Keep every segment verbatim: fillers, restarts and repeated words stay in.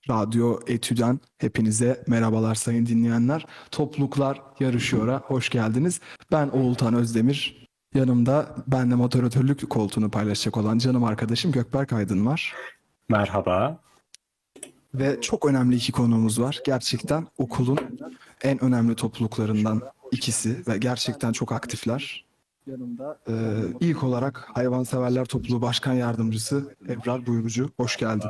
Radyo Etü'den hepinize merhabalar sayın dinleyenler. Topluluklar yarışıyor'a hoş geldiniz. Ben Oğultan Özdemir. Yanımda benle moderatörlük koltuğunu paylaşacak olan canım arkadaşım Gökberk Aydın var. Merhaba. Ve çok önemli iki konuğumuz var. Gerçekten okulun en önemli topluluklarından ikisi ve gerçekten çok aktifler. Yanımda ee, ilk olarak Hayvanseverler Topluluğu Başkan Yardımcısı Ebrar Buyurucu. Hoş geldin.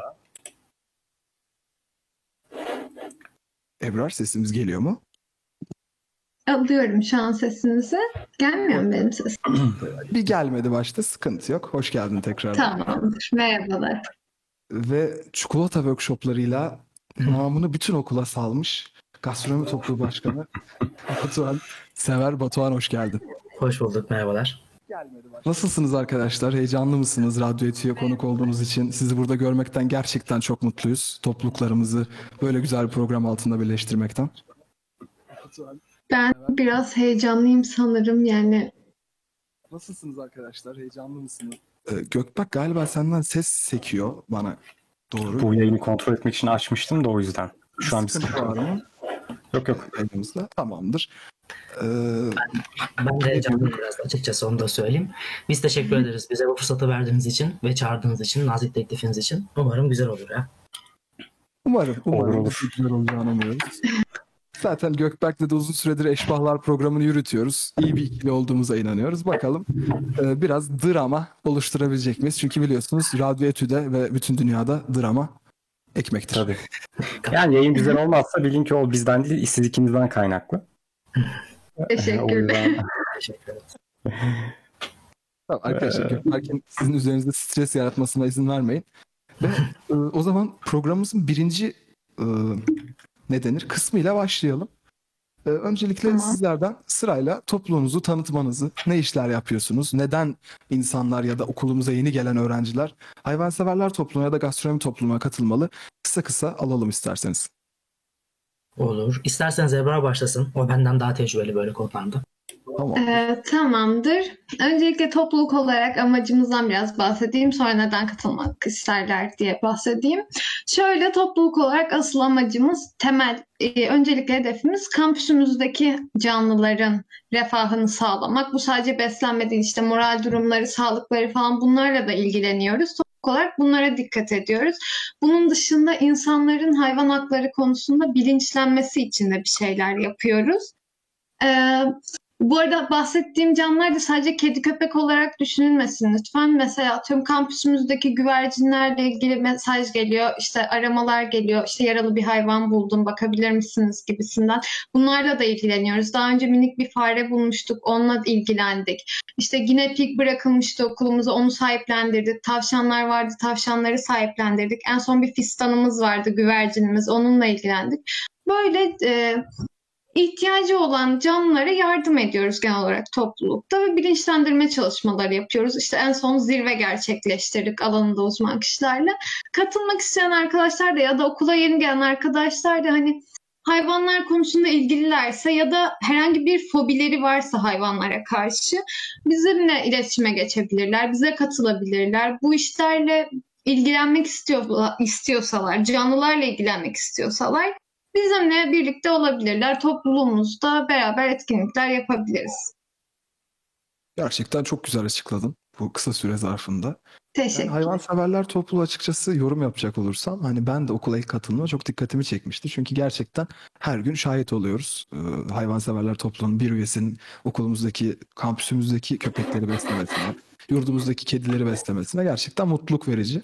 Ebrar, sesimiz geliyor mu? Alıyorum şu an sesinizi. Gelmiyor mu benim sesim? Bir gelmedi başta, sıkıntı yok. Hoş geldin tekrar. Tamamdır. Merhabalar. Ve çikolata workshoplarıyla namını bütün okula salmış Gastronomi Topluluğu Başkanı Batuhan Sever. Batuhan, hoş geldin. Hoş bulduk, merhabalar. Nasılsınız arkadaşlar? Heyecanlı mısınız Radyo Etü'ye konuk olduğunuz için? Sizi burada görmekten gerçekten çok mutluyuz. Topluluklarımızı böyle güzel bir program altında birleştirmekten. Ben biraz heyecanlıyım sanırım yani. Nasılsınız arkadaşlar? Heyecanlı mısınız? Ee, Gökberk, galiba senden ses sekiyor bana doğru. Bu yayını kontrol etmek için açmıştım da o yüzden. Şu bir an bir sıkıntı sıkıntı var mı? Yok yok. Yayınımızda. Tamamdır. Ee, Ben, ben de heyecanlıyım biraz açıkçası, onu da söyleyeyim. Biz teşekkür ederiz bize bu fırsatı verdiğiniz için ve çağırdığınız için, nazik teklifiniz için. Umarım güzel olur ya. Umarım. Umarım. Olur, olur. Güzel olacağını umuyoruz. Zaten Gökberk'le de uzun süredir Eşbahlar programını yürütüyoruz. İyi bir ikili olduğumuza inanıyoruz. Bakalım e, biraz drama oluşturabilecek miyiz? Çünkü biliyorsunuz Radyo Etü'de ve bütün dünyada drama ekmektir. Tabii. Yani yayın güzel olmazsa bilin ki o bizden değil, siz ikinizden kaynaklı. Teşekkürler. Teşekkür ederiz. Tamam, arkadaşlar, Gökberk'in sizin üzerinizde stres yaratmasına izin vermeyin. Ve e, o zaman programımızın birinci e, ne denir kısmıyla başlayalım. Ee, öncelikle Tamam. sizlerden sırayla topluluğunuzu tanıtmanızı, ne işler yapıyorsunuz, neden insanlar ya da okulumuza yeni gelen öğrenciler hayvanseverler topluluğuna ya da gastronomi topluluğuna katılmalı, kısa kısa alalım isterseniz. Olur. İsterseniz Ebrar başlasın. O benden daha tecrübeli böyle konularda. Tamam. Ee, tamamdır. Öncelikle topluluk olarak amacımızdan biraz bahsedeyim. Sonra neden katılmak isterler diye bahsedeyim. Şöyle, topluluk olarak asıl amacımız, temel, e, öncelikle hedefimiz kampüsümüzdeki canlıların refahını sağlamak. Bu sadece beslenme değil, işte moral durumları, sağlıkları falan, bunlarla da ilgileniyoruz. Topluluk olarak bunlara dikkat ediyoruz. Bunun dışında insanların hayvan hakları konusunda bilinçlenmesi için de bir şeyler yapıyoruz. Ee, Bu arada bahsettiğim canlılar da sadece kedi köpek olarak düşünülmesin lütfen. Mesela tüm kampüsümüzdeki güvercinlerle ilgili mesaj geliyor, işte aramalar geliyor, işte yaralı bir hayvan buldum, bakabilir misiniz gibisinden. Bunlarla da ilgileniyoruz. Daha önce minik bir fare bulmuştuk, onunla ilgilendik. İşte guinea pig bırakılmıştı okulumuza, onu sahiplendirdik. Tavşanlar vardı, tavşanları sahiplendirdik. En son bir fistanımız vardı, güvercinimiz, onunla ilgilendik. Böyle e, ihtiyacı olan canlılara yardım ediyoruz genel olarak toplulukta ve bilinçlendirme çalışmaları yapıyoruz. İşte en son zirve gerçekleştirdik alanında uzman kişilerle. Katılmak isteyen arkadaşlar da ya da okula yeni gelen arkadaşlar da hani hayvanlar konusunda ilgililerse ya da herhangi bir fobileri varsa hayvanlara karşı bizimle iletişime geçebilirler, bize katılabilirler. Bu işlerle ilgilenmek istiyor, istiyorsalar, canlılarla ilgilenmek istiyorsalar bizimle birlikte olabilirler. Topluluğumuzda beraber etkinlikler yapabiliriz. Gerçekten çok güzel açıkladın bu kısa süre zarfında. Teşekkür Ben hayvanseverler topluluğu açıkçası yorum yapacak olursam, hani ben de okula ilk katılma çok dikkatimi çekmişti. Çünkü gerçekten her gün şahit oluyoruz. Ee, hayvanseverler topluluğunun bir üyesinin okulumuzdaki, kampüsümüzdeki köpekleri beslemesine, yurdumuzdaki kedileri beslemesine gerçekten mutluluk verici.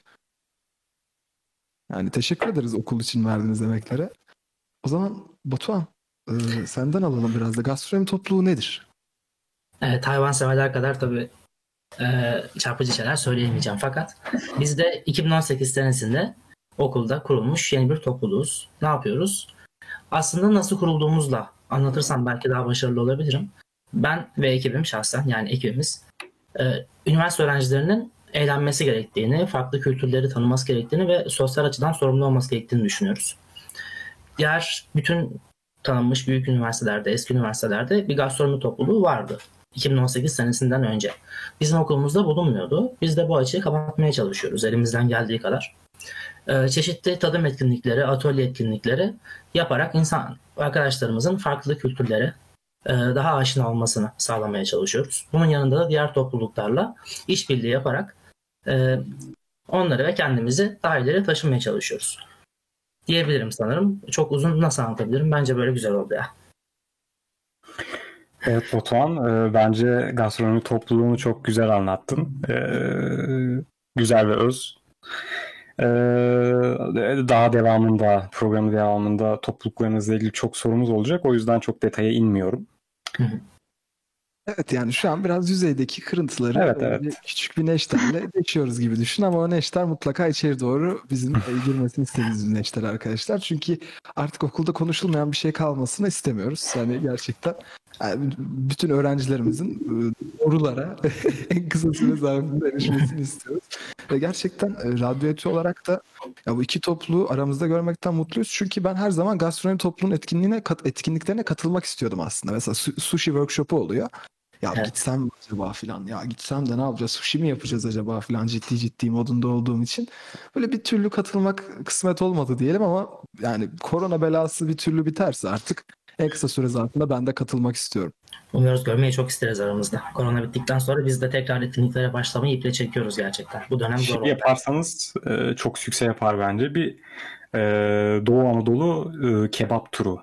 Yani teşekkür ederiz okul için verdiğiniz emeklere. O zaman Batuhan, e, senden alalım biraz da. Gastronomi topluluğu nedir? Evet, hayvanseverler kadar tabii e, çarpıcı şeyler söyleyemeyeceğim. Fakat biz de iki bin on sekiz senesinde okulda kurulmuş yeni bir topluluğuz. Ne yapıyoruz? Aslında nasıl kurulduğumuzla anlatırsam belki daha başarılı olabilirim. Ben ve ekibim şahsen, yani ekibimiz, e, üniversite öğrencilerinin eğlenmesi gerektiğini, farklı kültürleri tanıması gerektiğini ve sosyal açıdan sorumlu olması gerektiğini düşünüyoruz. Diğer bütün tanınmış büyük üniversitelerde, eski üniversitelerde bir gastronomi topluluğu vardı. iki bin on sekiz senesinden önce. Bizim okulumuzda bulunmuyordu. Biz de bu açığı kapatmaya çalışıyoruz elimizden geldiği kadar. e, çeşitli tadım etkinlikleri, atölye etkinlikleri yaparak insan arkadaşlarımızın farklı kültürlere e, daha aşina olmasını sağlamaya çalışıyoruz. Bunun yanında da diğer topluluklarla işbirliği yaparak e, onları ve kendimizi daha ileri taşımaya çalışıyoruz. Diyebilirim sanırım. Çok uzun nasıl anlatabilirim? Bence böyle güzel oldu ya. Evet Batuhan, e, bence gastronomi topluluğunu çok güzel anlattın. E, güzel ve öz. E, daha devamında, programın devamında topluluklarınızla ilgili çok sorumuz olacak. O yüzden çok detaya inmiyorum. Hı hı. Evet, yani şu an biraz yüzeydeki kırıntıları Evet, böyle evet. bir küçük bir neşterle geçiyoruz gibi düşün, ama o neşter mutlaka içeri doğru bizim e, girmesini istediğimiz bir neşter arkadaşlar. Çünkü artık okulda konuşulmayan bir şey kalmasını istemiyoruz. Yani gerçekten yani bütün öğrencilerimizin e, doğrulara en kısa süre zarfında erişmesini istiyoruz. Ve gerçekten e, radyoeti olarak da ya bu iki topluluğu aramızda görmekten mutluyuz. Çünkü ben her zaman gastronomi topluluğunun etkinliğine kat- etkinliklerine katılmak istiyordum aslında. Mesela su- sushi workshop'u oluyor. Ya Evet. gitsem mi acaba filan, ya gitsem de ne yapacağız, sushi mi yapacağız acaba filan, ciddi ciddi modunda olduğum için böyle bir türlü katılmak kısmet olmadı diyelim, ama yani korona belası bir türlü biterse artık en kısa süre zarfında ben de katılmak istiyorum. Umuyoruz, görmeyi çok isteriz aramızda. Korona bittikten sonra biz de tekrar etkinliklere başlamayı iple çekiyoruz gerçekten. Bu dönem zor Şey oldu. yaparsanız e, çok sükse yapar bence. Bir e, Doğu Anadolu e, kebap turu.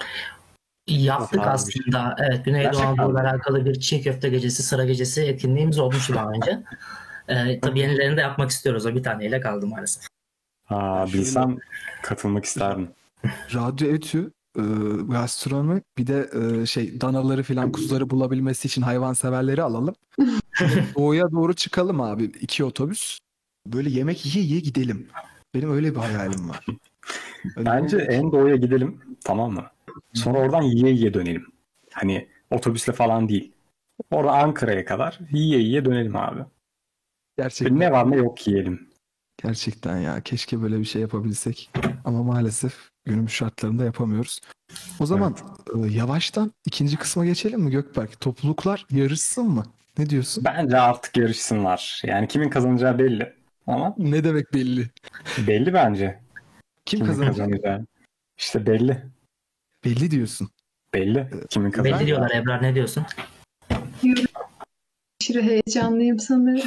Yaptık O tarz bir şey. aslında. Evet, Güneydoğu Gerçekten Anadolu'yla mi? alakalı bir çiğ köfte gecesi, sıra gecesi etkinliğimiz olmuştu daha önce. Ee, tabii yenilerini de yapmak istiyoruz. O bir taneyle kaldı maalesef. Aa, Yani şöyle- bilsem katılmak isterdim. Radyo etü, e, gastronomi, bir de e, şey danaları filan, kuzuları bulabilmesi için hayvanseverleri alalım. Doğuya doğru çıkalım abi, iki otobüs. Böyle yemek yiye yiye gidelim. Benim öyle bir hayalim var. Öyle Bence olacak. en doğuya gidelim, tamam mı? Sonra oradan yiye yiye dönelim. Hani otobüsle falan değil. Orada Ankara'ya kadar yiye yiye dönelim abi. Gerçekten. Ne var ne yok yiyelim. Gerçekten ya, keşke böyle bir şey yapabilsek, ama maalesef günümüz şartlarında yapamıyoruz. O zaman e, yavaştan ikinci kısma geçelim mi Gökberk? Topluluklar yarışsın mı? Ne diyorsun? Bence artık yarışsınlar. Yani kimin kazanacağı belli. Ama Ne demek belli? belli bence. Kim Kimin kazanacak? kazanacağı. İşte belli. Belli diyorsun. Belli. Kimin Belli kazanacağı. diyorlar. Ebrar, ne diyorsun? Aşırı heyecanlıyım sanırım.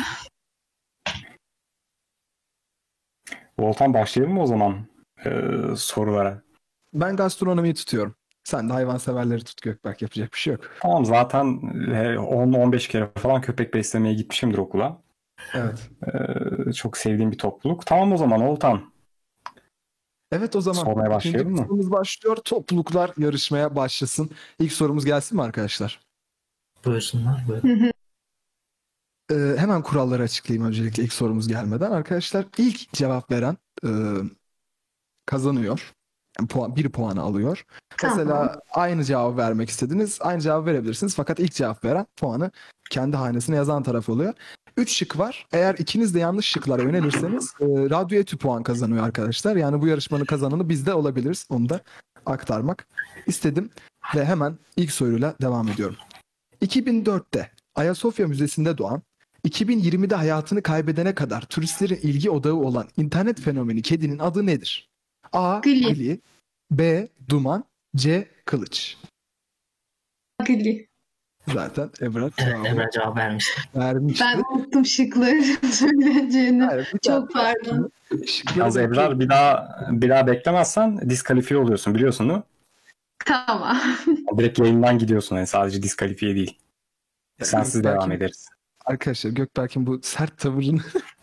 Volkan, başlayalım mı o zaman ee, sorulara? Ben gastronomiyi tutuyorum. Sen de hayvanseverleri tut Gökberk. Yapacak bir şey yok. Tamam, zaten on on beş kere falan köpek beslemeye gitmişimdir okula. Evet. Ee, çok sevdiğim bir topluluk. Tamam o zaman Volkan. Evet, o zaman Sormaya ikinci başlayalım mı? kısmımız başlıyor. Topluluklar yarışmaya başlasın. İlk sorumuz gelsin mi arkadaşlar? Buyursunlar. Buyurun. Ee, hemen kuralları açıklayayım öncelikle ilk sorumuz gelmeden. Arkadaşlar, ilk cevap veren e, kazanıyor. Yani puan, bir puanı alıyor. Tamam. Mesela aynı cevabı vermek istediniz. Aynı cevabı verebilirsiniz. Fakat ilk cevap veren puanı kendi hanesine yazan taraf oluyor. Üç şık var. Eğer ikiniz de yanlış şıklara yönelirseniz e, radyo etü puan kazanıyor arkadaşlar. Yani bu yarışmanın kazananı biz de olabiliriz. Onu da aktarmak istedim. Ve hemen ilk soruyla devam ediyorum. iki bin dörtte Ayasofya Müzesi'nde doğan, iki bin yirmide hayatını kaybedene kadar turistlerin ilgi odağı olan internet fenomeni kedinin adı nedir? A. Gli. Gli, B. Duman, C. Kılıç. Gli. Zaten Ebrar Evet, cevabı Ebrar cevap vermişti. vermişti. Ben unuttum şıkları söyleneceğini. Hayır, bir Çok tane- pardon. Şıkları Yalnız Ebrar, bekliyorum. bir daha bir daha beklemezsen diskalifiye oluyorsun, biliyorsun değil mi? Tamam. Direkt yayından gidiyorsun, yani sadece diskalifiye değil. Yani Sensiz Gökberk'in- devam ederiz. Arkadaşlar, Gökberk'in bu sert tavırını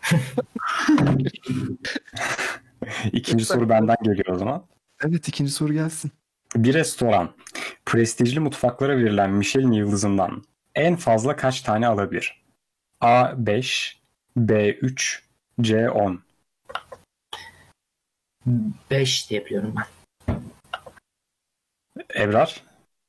İkinci soru benden geliyor o zaman. evet, ikinci soru gelsin. Bir restoran prestijli mutfaklara verilen Michelin yıldızından en fazla kaç tane alabilir? A beş, B üç, C on. beş diye biliyorum ben. Ebrar,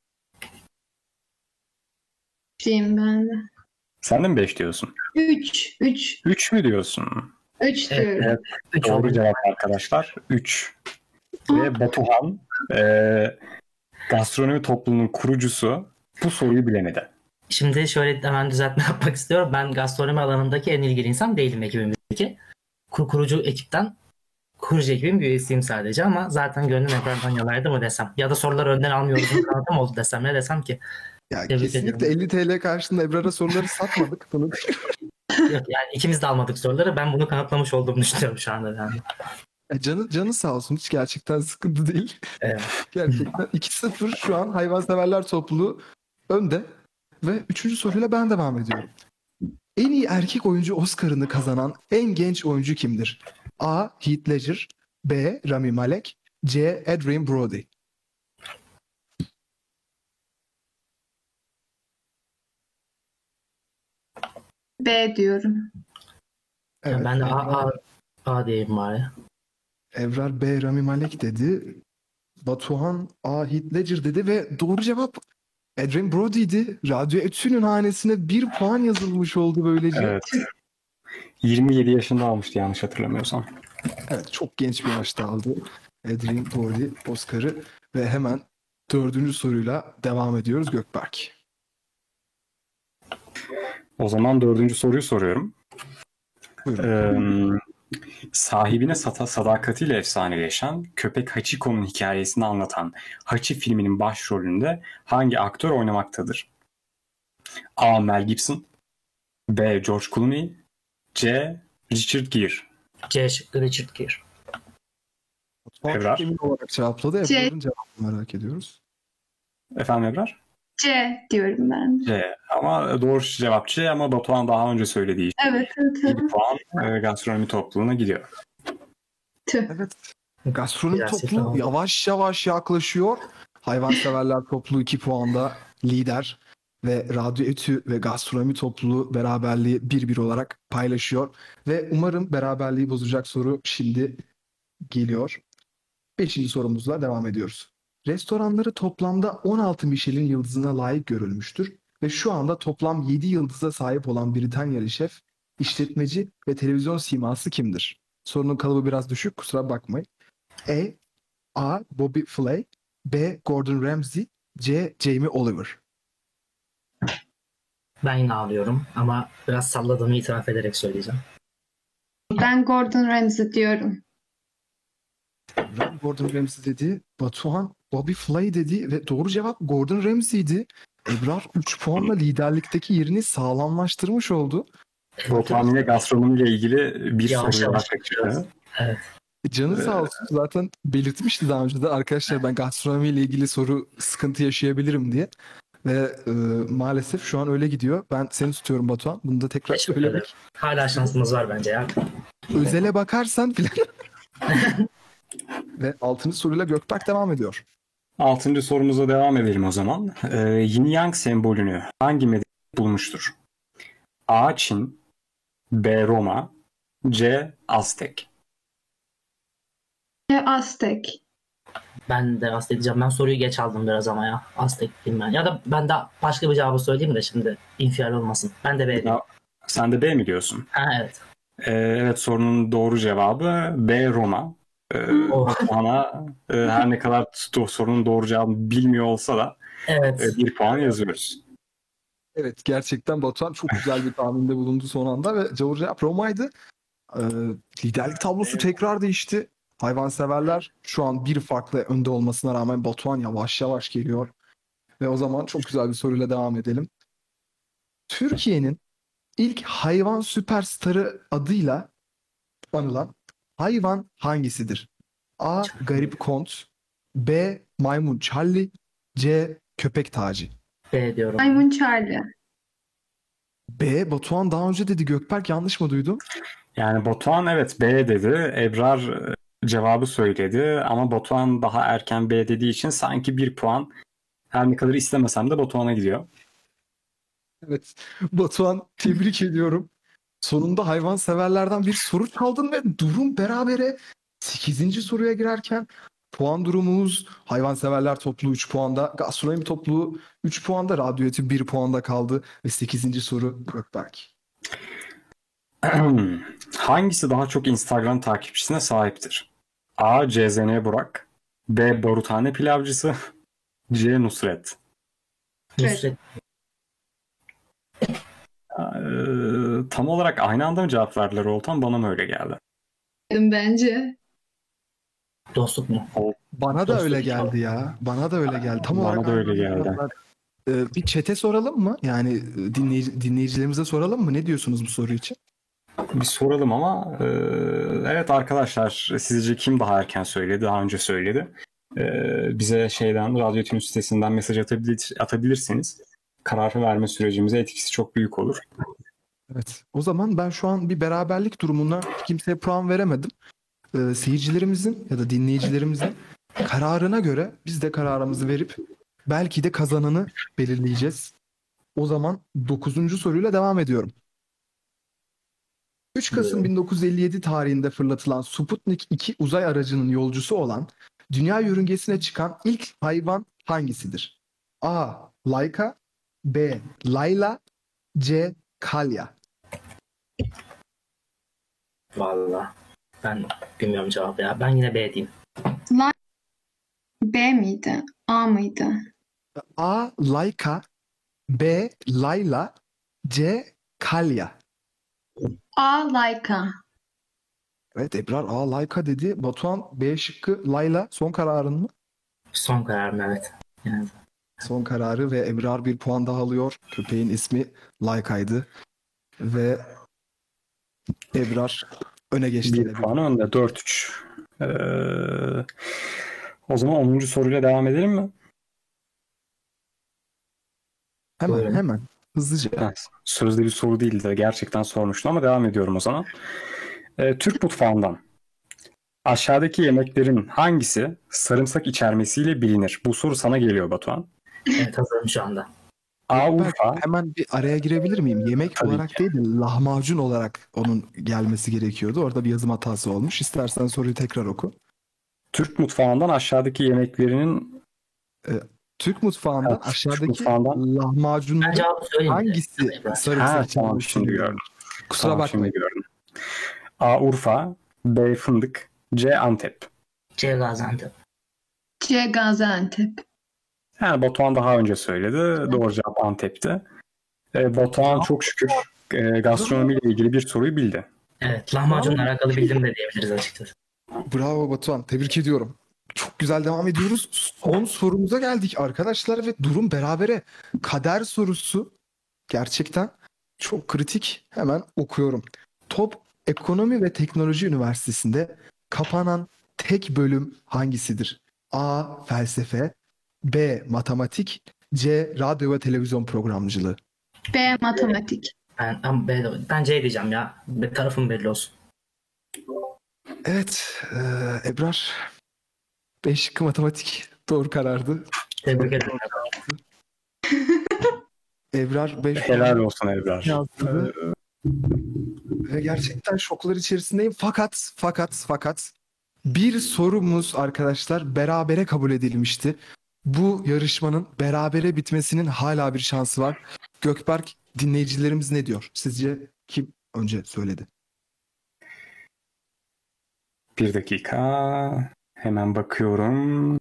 Şeyim ben de. sen de mi beş diyorsun? Üç. Üç. üç mü diyorsun? Üç Evet, diyorum. Evet, üç doğru oldu. cevap arkadaşlar. üç. Ve Batuhan, e, gastronomi topluluğunun kurucusu, bu soruyu bilemedi. Şimdi şöyle hemen düzeltme yapmak istiyorum. Ben gastronomi alanındaki en ilgili insan değilim ekibimizdeki. Kur- Kurucu ekipten Kurje gibi bir üyesiyim sadece ama zaten gönlüm Ebrar'dan yanaydı mı desem. Ya da soruları önden almıyoruz mu kanıtım oldu desem. Ne desem ki? Ya Tebrik kesinlikle ediyorum. elli T L karşılığında Ebrar'a soruları satmadık. Bunu Yok, yani ikimiz de almadık soruları. Ben bunu kanıtlamış olduğumu düşünüyorum şu anda yani. E, canı, canı sağ olsun. Hiç gerçekten sıkıntı değil. Evet. Gerçekten iki sıfır şu an hayvanseverler topluluğu önde. Ve üçüncü soruyla ben devam ediyorum. En iyi erkek oyuncu Oscar'ını kazanan en genç oyuncu kimdir? A. Heath Ledger, B. Rami Malek, C. Adrien Brody. B diyorum. Evet, Ben de A, Ebrar, A, A diyeyim bari. Ebrar B. Rami Malek dedi. Batuhan A. Heath Ledger dedi ve doğru cevap Adrien Brody'ydi. Radyo Etü'nün hanesine bir puan yazılmış oldu böylece. Evet. yirmi yedi yaşında almıştı yanlış hatırlamıyorsam. Evet, çok genç bir yaşta aldı Adrien Brody Oscar'ı ve hemen dördüncü soruyla devam ediyoruz Gökberk. O zaman dördüncü soruyu soruyorum. Buyurun. Ee, sahibine sata sadakatiyle efsaneleşen köpek Hachiko'nun hikayesini anlatan Hachi filminin başrolünde hangi aktör oynamaktadır? A. Mel Gibson, B. George Clooney, C. Richard Gere. C şıkkı Richard Gere. Mutfağı Ebrar. çok emin olarak cevapladı. C. Ebrar'ın cevabını merak ediyoruz. Efendim Ebrar? C diyorum ben. C. Ama doğru cevap C ama Batuhan daha önce söylediği için Evet, evet. evet. bir puan e, gastronomi topluluğuna gidiyor. Tüh. Evet. Gastronomi Gerçekten topluluğu oldu. yavaş yavaş yaklaşıyor. Hayvanseverler topluluğu iki puanda lider ve Radyo Etü ve gastronomi topluluğu beraberliği bir bir olarak paylaşıyor. Ve umarım beraberliği bozacak soru şimdi geliyor. Beşinci sorumuzla devam ediyoruz. Restoranları toplamda on altı Michelin yıldızına layık görülmüştür ve şu anda toplam yedi yıldıza sahip olan Britanyalı şef, işletmeci ve televizyon siması kimdir? Sorunun kalıbı biraz düşük, kusura bakmayın. E. A. Bobby Flay, B. Gordon Ramsay, C. Jamie Oliver. Ben yine alıyorum ama biraz salladığımı itiraf ederek söyleyeceğim. Ben Gordon Ramsay diyorum. Ben Gordon Ramsay dedi, Batuhan Bobby Flay dedi ve doğru cevap Gordon Ramsay'di. Ebrar üç puanla liderlikteki yerini sağlamlaştırmış oldu. Batuhan yine gastronomiyle ilgili bir Yavaş soruya yavaş kaçırdı. gidiyoruz. Evet. Canı sağ olsun. Zaten belirtmişti daha önce de arkadaşlar ben gastronomiyle ilgili soru sıkıntı yaşayabilirim diye. Ve e, maalesef şu an öyle gidiyor. Ben seni tutuyorum Batuhan. Bunu da tekrar Teşekkür söylemek. ederim. Hala şansımız var bence ya. Özele bakarsan filan. Ve altıncı soruyla Gökberk devam ediyor. Altıncı sorumuza devam edelim o zaman. Ee, Yin Yang sembolünü hangi medeniyet bulmuştur? A. Çin, B. Roma, C. Aztek. E, Aztek. Ben de Aztek diyeceğim. Ben soruyu geç aldım biraz ama ya. Aztek bilmem. Ya da ben de başka bir cevabı söyleyeyim de şimdi infial olmasın. Ben de B diyeyim. Ya, sen de B mi diyorsun? Ha, evet. Ee, evet sorunun doğru cevabı B. Roma. Ee, Oh. Bana e, her ne kadar do- sorunun doğru cevabını bilmiyor olsa da Evet. e, bir puan yazıyoruz. Evet gerçekten Batuhan çok güzel bir tahminde bulundu son anda ve doğru cevap Roma'ydı. Ee, liderlik tablosu tekrar değişti. Hayvanseverler şu an bir farklı önde olmasına rağmen Batuhan yavaş yavaş geliyor. Ve o zaman çok güzel bir soruyla devam edelim. Türkiye'nin ilk hayvan süperstarı adıyla anılan hayvan hangisidir? A. Garip Kont, B. Maymun Charlie, C. Köpek Taci. B diyorum. Maymun Charlie. B. Batuhan daha önce dedi. Gökberk yanlış mı duydum? Yani Batuhan evet B dedi. Ebrar e, cevabı söyledi ama Batuhan daha erken B dediği için sanki bir puan her ne kadar istemesem de Batuhan'a gidiyor. Evet. Batuhan tebrik ediyorum. Sonunda hayvanseverlerden bir soru çaldın ve durum berabere. sekizinci soruya girerken puan durumumuz hayvanseverler topluluğu üç puanda, gastronomi topluluğu üç puanda, radyo eti bir puanda kaldı ve sekizinci soru Gökberk. Hangisi daha çok Instagram takipçisine sahiptir? A. C Z N Burak, B. Baruthane Pilavcısı, C. Nusret. Nusret. Ee, tam olarak aynı anda mı cevap verdiler Oltan? Bana mı öyle geldi? Bence. Dostluk mu? Bana da Dostluk öyle hiç geldi ya. Bana da öyle geldi. Tam Bana olarak da öyle anlamadım. geldi. Ee, bir chat'e soralım mı? Yani e, dinleyici, dinleyicilerimize soralım mı? Ne diyorsunuz bu soru için? Bir soralım ama e, evet arkadaşlar, sizce kim daha erken söyledi, daha önce söyledi? E, bize şeyden, Radyo Tünü sitesinden mesaj atabilir, atabilirsiniz. Karar verme sürecimize etkisi çok büyük olur. Evet. O zaman ben şu an bir beraberlik durumuna kimseye puan veremedim. Ee, seyircilerimizin ya da dinleyicilerimizin kararına göre biz de kararımızı verip belki de kazananı belirleyeceğiz. O zaman dokuzuncu soruyla devam ediyorum. üç Kasım Buyurun. bin dokuz yüz elli yedi tarihinde fırlatılan Sputnik iki uzay aracının yolcusu olan dünya yörüngesine çıkan ilk hayvan hangisidir? A. Laika, B. Layla, C. Kalya. Vallahi ben bilmiyorum cevabı ya. Ben yine B diyeyim. B miydi? A mıydı? A. Laika, B. Layla, C. Kalya. A Laika. Evet, Ebrar A. Laika dedi. Batuhan B şıkkı Layla. Son kararın mı? Son kararım evet. Yani Son kararı ve Ebrar bir puan daha alıyor. Köpeğin ismi Laika'ydı. Ve Ebrar öne geçti. Bir yine bir- puan önde, dört üç. E, o zaman onuncu soruyla devam edelim mi? Hemen Buyurun. hemen. Hızlıca. Evet, sözde bir soru değildi de gerçekten sormuştum ama devam ediyorum o zaman. E, Türk mutfağından aşağıdaki yemeklerin hangisi sarımsak içermesiyle bilinir? Bu soru sana geliyor Batuhan. evet hazırım şu anda. A. Ben Urfa. hemen bir araya girebilir miyim? Yemek Tabii olarak ki. değil de lahmacun olarak onun gelmesi gerekiyordu. Orada bir yazım hatası olmuş. İstersen soruyu tekrar oku. Türk mutfağından aşağıdaki yemeklerinin Türk mutfağından Evet, Türk aşağıdaki Ben mutfağından- lahmacunların cevabı söyleyeyim. mi? hangisi Ebrar. sarımsak Ha, tamam, içermiş? şimdi gördüm. Kusura Tamam, bakmayın. şimdi gördüm. A. Urfa, B. Fındık, C. Antep. C Gaziantep. C Gaziantep. Yani Batuhan daha önce söyledi. Doğru cevap Antep'ti. E, Batuhan çok şükür e, gastronomiyle ilgili bir soruyu bildi. Evet lahmacunla alakalı bildim de diyebiliriz açıkçası. Bravo Batuhan. Tebrik ediyorum. Çok güzel devam ediyoruz. Son sorumuza geldik arkadaşlar ve durum berabere. Kader sorusu gerçekten çok kritik. Hemen okuyorum. Top Ekonomi ve Teknoloji Üniversitesi'nde kapanan tek bölüm hangisidir? A. Felsefe, B. Matematik, C. Radyo ve Televizyon Programcılığı. B Matematik. Ben, ben, B, ben C diyeceğim ya. Bir tarafım belli olsun. Evet, e, Ebrar. B şıkkı matematik doğru karardı. Tebrik ederim. Ebrar beş Helal olsun Ebrar. yazdı. Ve gerçekten şoklar içerisindeyim. Fakat, fakat, fakat bir sorumuz arkadaşlar berabere kabul edilmişti. Bu yarışmanın berabere bitmesinin hala bir şansı var. Gökberk, dinleyicilerimiz ne diyor? Sizce kim önce söyledi? Bir dakika. Hemen bakıyorum.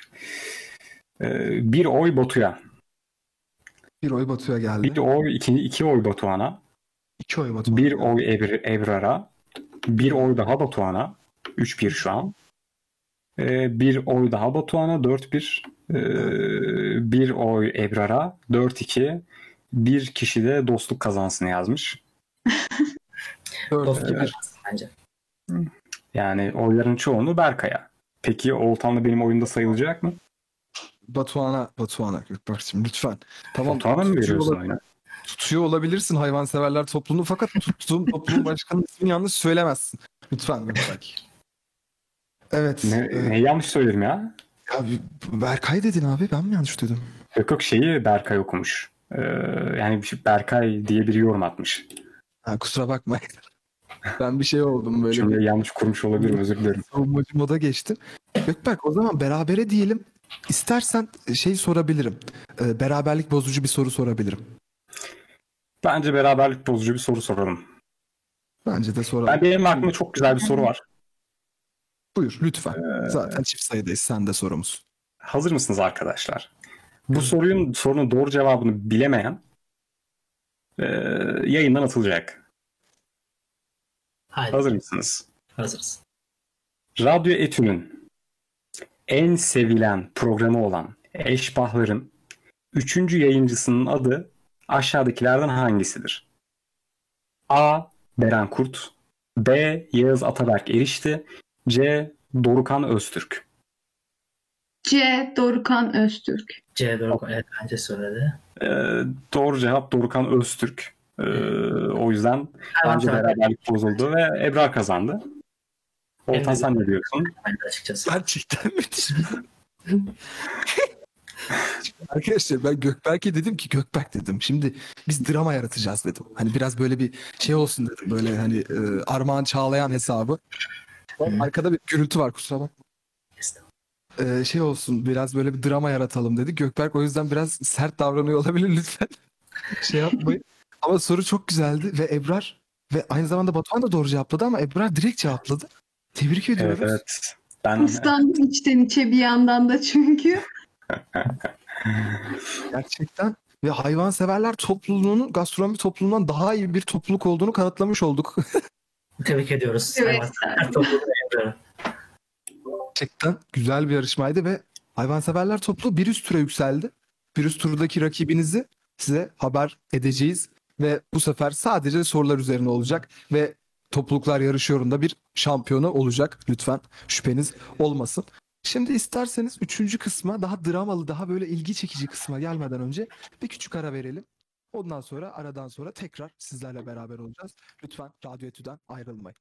E, bir oy Batu'ya. Bir oy Batu'ya geldi. Bir oy, iki, iki oy Batuhan'a. İki oy Batu'ya Bir geldi. oy Ebr Ebrar'a. Bir oy daha Batuhan'a. üç bir şu an. Ee, bir oy daha Batuhan'a. dört bir. Ee, bir oy Ebrar'a. dört iki. Bir kişi de dostluk kazansın yazmış. Dört, Dostluk iki, bir. bence. Yani oyların çoğunu Berkay'a. Peki Oğuzhan'la benim oyunda sayılacak mı? Batuhan'a, Batuhan'a Gökberk'cim lütfen. Tamam, Batuhan'a mı tutuyor veriyorsun olabilir- oyunu? tutuyor olabilirsin hayvanseverler topluluğunu fakat tuttuğum topluluğun başkanının ismini yanlış söylemezsin. Lütfen Gökberk. Evet. Ne, e, ne yanlış söyledim ya? ya, Berkay dedin abi, ben mi yanlış duydum? Yok yok, şeyi Berkay okumuş. Ee, yani Berkay diye biri yorum atmış. Ha, kusura bakma. Ben bir şey oldum böyle Cümleyi bir yanlış kurmuş olabilirim, özür dilerim. savunmacı moda geçtim. Gökberk, o zaman berabere diyelim. İstersen şey sorabilirim. E, beraberlik bozucu bir soru sorabilirim. Bence beraberlik bozucu bir soru soralım. Bence de soralım. Ben benim aklımda çok güzel bir soru var. Buyur lütfen. Ee, Zaten çift sayıdayız. Sen de sorumuz. Hazır mısınız arkadaşlar? Bu sorunun sorunun doğru cevabını bilemeyen e, yayından atılacak. Haydi Hazır mısınız? hazırız. Radyo Etü'nün en sevilen programı olan Eşbahlar'ın üçüncü yayıncısının adı aşağıdakilerden hangisidir? A. Beren Kurt, B. Yağız Ataberk Erişti, C. Dorukhan Öztürk. C. Dorukhan Öztürk. C doğru. Evet, bence söyledi. Ee, doğru cevap Dorukhan Öztürk. Ee, o yüzden bence Hayvanseverler beraberlik bozuldu ve Ebrar kazandı. Oltan Benim de- sen ne diyorsun? bence açıkçası. Gerçekten müthiş. Arkadaşlar ben Gökberk'e dedim ki Gökberk dedim. Şimdi biz drama yaratacağız dedim. Hani biraz böyle bir şey olsun dedim. Böyle hani e, Armağan Çağlayan hesabı. Arkada bir gürültü var, kusura bakma. E, şey olsun, biraz böyle bir drama yaratalım dedi. Gökberk o yüzden biraz sert davranıyor olabilir, lütfen. Şey yapmayın. Ama soru çok güzeldi ve Ebrar ve aynı zamanda Batuhan da doğru cevapladı ama Ebrar direkt cevapladı. Tebrik ediyoruz. Evet, evet. Ben Hırslandım içten içe bir yandan da çünkü. Gerçekten ve hayvanseverler topluluğunun gastronomi topluluğundan daha iyi bir topluluk olduğunu kanıtlamış olduk. Tebrik ediyoruz. Evet. Hayvanseverler topluluğu Ebrar. Gerçekten güzel bir yarışmaydı ve hayvanseverler topluluğu bir üst tura yükseldi. Bir üst turdaki rakibinizi size haber edeceğiz ve bu sefer sadece sorular üzerine olacak ve topluluklar yarışıyorunda bir şampiyonu olacak. Lütfen şüpheniz olmasın. Şimdi isterseniz üçüncü kısma, daha dramalı, daha böyle ilgi çekici kısma gelmeden önce bir küçük ara verelim. Ondan sonra, aradan sonra tekrar sizlerle beraber olacağız. Lütfen Radyo Etü'den ayrılmayın.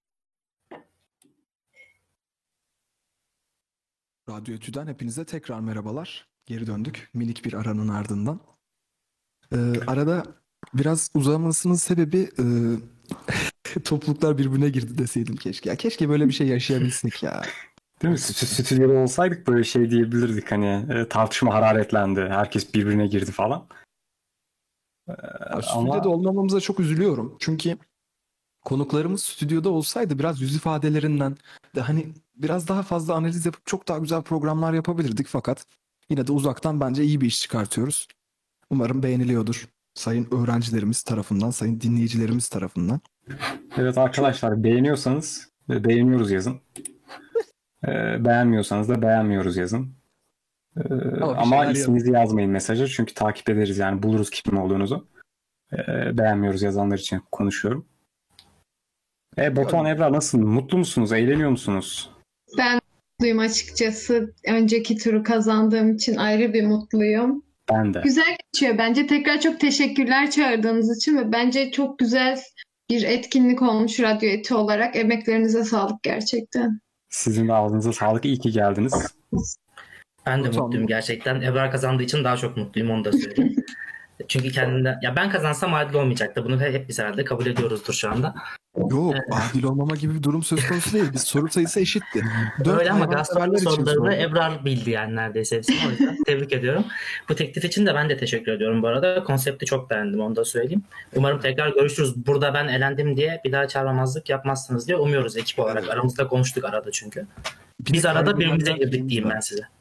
Radyo Etü'den hepinize tekrar merhabalar. Geri döndük minik bir aranın ardından. Ee, arada biraz uzamasının sebebi e, topluluklar birbirine girdi deseydim keşke. Ya keşke böyle bir şey yaşayabilsek ya. değil mi? Stü- Stüdyoda olsaydık böyle şey diyebilirdik, hani e, tartışma hararetlendi. Herkes birbirine girdi falan. Ee, Ya, ama stüdyoda olmamamıza çok üzülüyorum. Çünkü konuklarımız stüdyoda olsaydı biraz yüz ifadelerinden de hani biraz daha fazla analiz yapıp çok daha güzel programlar yapabilirdik, fakat yine de uzaktan bence iyi bir iş çıkartıyoruz. Umarım beğeniliyordur sayın öğrencilerimiz tarafından, sayın dinleyicilerimiz tarafından. evet arkadaşlar, beğeniyorsanız e, beğeniyoruz yazın. Ee, beğenmiyorsanız da beğenmiyoruz yazın. Ee, Ama bir ama şeyler isminizi yazmayın mesaja, çünkü takip ederiz, yani buluruz kim olduğunuzu. Ee, beğenmiyoruz yazanlar için konuşuyorum. E, Batuhan, Ebrar, nasıl? Mutlu musunuz? Eğleniyor musunuz? Ben mutluyum açıkçası. Önceki turu kazandığım için ayrı bir mutluyum. Ben de. Güzel geçiyor bence. Tekrar çok teşekkürler çağırdığınız için ve bence çok güzel bir etkinlik olmuş Radyo Eti olarak. Emeklerinize sağlık gerçekten. Sizin de ağzınıza sağlık. İyi ki geldiniz. Ben de Tamam. mutluyum gerçekten. Ebrar kazandığı için daha çok mutluyum, onu da söyleyeyim. Çünkü kendinde, ya ben kazansam adil olmayacaktı. Bunu hep biz herhalde kabul ediyoruzdur şu anda. Yok, adil olmama gibi bir durum söz konusu değil. Biz soru sayısı eşitti. Dört Öyle ama hayvanseverler gastronomi için sorularını sorduk. Ebrar bildi yani neredeyse hepsini. O yüzden tebrik ediyorum. Bu teklif için de ben de teşekkür ediyorum bu arada. Konsepti çok beğendim, onu da söyleyeyim. Umarım tekrar görüşürüz. Burada ben elendim diye bir daha çağırmamazlık yapmazsınız diye umuyoruz ekip olarak. Aramızda konuştuk arada çünkü. Bir Biz de arada kaybedenler birbirimize girdik şeyimiz diyeyim var. ben size.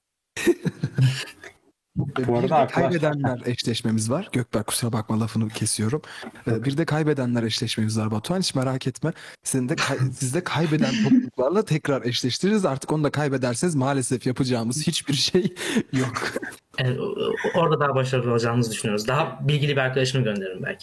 Bir Bu arada de arkadaşlar- kaybedenler eşleşmemiz var. Gökberk, kusura bakma lafını kesiyorum. Ee, Bir de kaybedenler eşleşmemiz var Batuhan. Hiç merak etme. Senin de kay- siz de kaybeden topluluklarla tekrar eşleştiririz. Artık onu da kaybederseniz maalesef yapacağımız hiçbir şey yok. Evet, orada daha başarılı olacağımızı düşünüyoruz. Daha bilgili bir arkadaşımı gönderirim belki.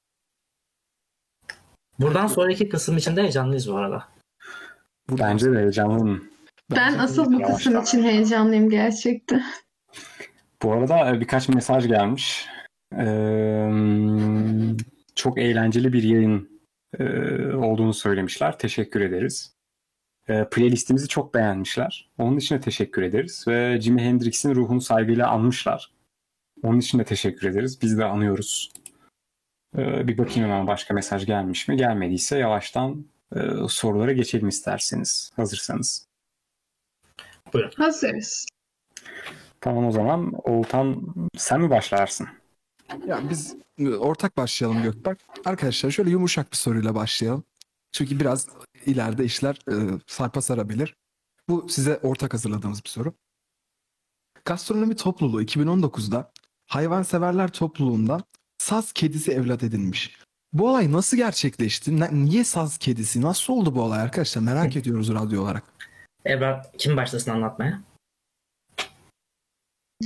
Buradan sonraki kısım için de heyecanlıyız bu arada. Bence de heyecanlıyım. Ben asıl bu yavaş kısım yavaş. için heyecanlıyım gerçekten. Bu arada e, birkaç mesaj gelmiş. Ee, çok eğlenceli bir yayın e, olduğunu söylemişler. Teşekkür ederiz. E, playlistimizi çok beğenmişler. Onun için de teşekkür ederiz. Ve Jimi Hendrix'in ruhunu saygıyla anmışlar. Onun için de teşekkür ederiz. Biz de anıyoruz. E, bir bakayım hemen başka mesaj gelmiş mi? Gelmediyse yavaştan e, sorulara geçelim isterseniz. Hazırsanız. Hazırız. Tamam, o zaman Oğuzhan, sen mi başlarsın? Ya biz e, ortak başlayalım Gökberk. Arkadaşlar şöyle yumuşak bir soruyla başlayalım. Çünkü biraz ileride işler e, sarpa sarabilir. Bu size ortak hazırladığımız bir soru. Gastronomi topluluğu iki bin on dokuzda hayvanseverler topluluğundan saz kedisi evlat edinmiş. Bu olay nasıl gerçekleşti? Ne- niye saz kedisi? Nasıl oldu bu olay arkadaşlar? Merak ediyoruz radyo olarak. Ebrar kim başlasın anlatmaya?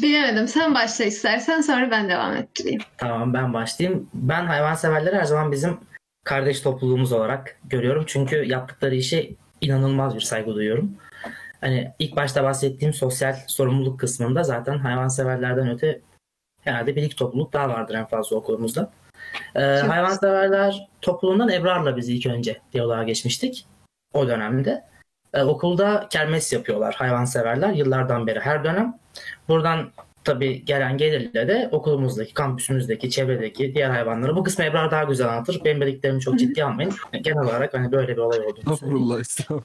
Bilemedim. Sen başla istersen, sonra ben devam ettireyim. Tamam, ben başlayayım. Ben hayvanseverleri her zaman bizim kardeş topluluğumuz olarak görüyorum. Çünkü yaptıkları işe inanılmaz bir saygı duyuyorum. Hani ilk başta bahsettiğim sosyal sorumluluk kısmında zaten hayvanseverlerden öte herhalde bir iki topluluk daha vardır en fazla okulumuzda. Ee, hayvanseverler topluluğundan Ebrar'la biz ilk önce diyaloğa geçmiştik o dönemde. Ee, okulda kermes yapıyorlar hayvanseverler yıllardan beri her dönem. Buradan tabii gelen gelirle de okulumuzdaki, kampüsümüzdeki, çevredeki diğer hayvanları. Bu kısmı Ebrar daha güzel anlatır. Benim dediklerimi çok ciddi almayın. Genel olarak hani böyle bir olay olduğunu söyleyeyim. Estağfurullah, estağfurullah.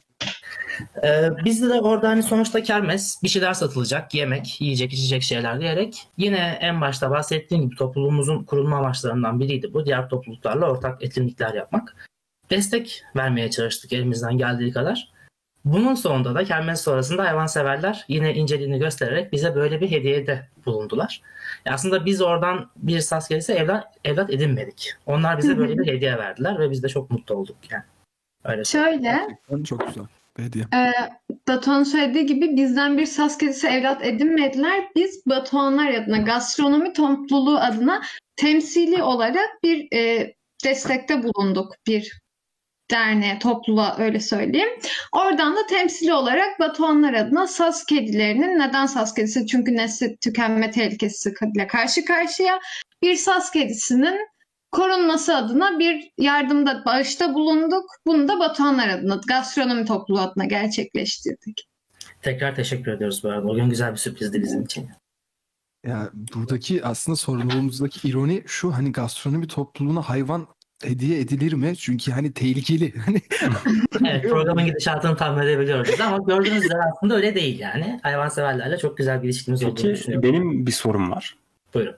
Ee, bizde de orada hani sonuçta kermes, bir şeyler satılacak, yemek, yiyecek, içecek şeyler diyerek yine en başta bahsettiğim gibi topluluğumuzun kurulma amaçlarından biriydi bu. Diğer topluluklarla ortak etkinlikler yapmak. Destek vermeye çalıştık elimizden geldiği kadar. Bunun sonunda da kermes sonrasında hayvanseverler yine inceliğini göstererek bize böyle bir hediyede bulundular. Ya aslında biz oradan bir saz gelirse evlat, evlat edinmedik. Onlar bize böyle bir hediye verdiler ve biz de çok mutlu olduk yani. Öyle Şöyle, Gerçekten çok güzel bir hediye. e, Batuhan söylediği gibi bizden bir saz kedisi evlat edinmediler. Biz Batuhanlar adına, gastronomi topluluğu adına temsili olarak bir e, destekte bulunduk. Bir derneğe, topluluğa öyle söyleyeyim. Oradan da temsili olarak Batuhanlar adına saz kedilerinin, neden saz kedisi? Çünkü nesli tükenme tehlikesi ile karşı karşıya, bir saz kedisinin korunması adına bir yardımda, bağışta bulunduk. Bunu da Batuhanlar adına, gastronomi topluluğu adına gerçekleştirdik. Tekrar teşekkür ediyoruz bu arada. O gün güzel bir sürprizdi bizim için. Ya buradaki aslında sorumluluğumuzdaki ironi şu, hani gastronomi topluluğuna hayvan hediye edilir mi? Çünkü hani tehlikeli. Hani Evet, programın gidişatını tahmin edebiliyoruz biz ama gördüğünüz üzere aslında öyle değil yani. Hayvanseverlerle çok güzel bir ilişkimiz olduğunu Peki düşünüyorum. benim bir sorum var. Buyurun.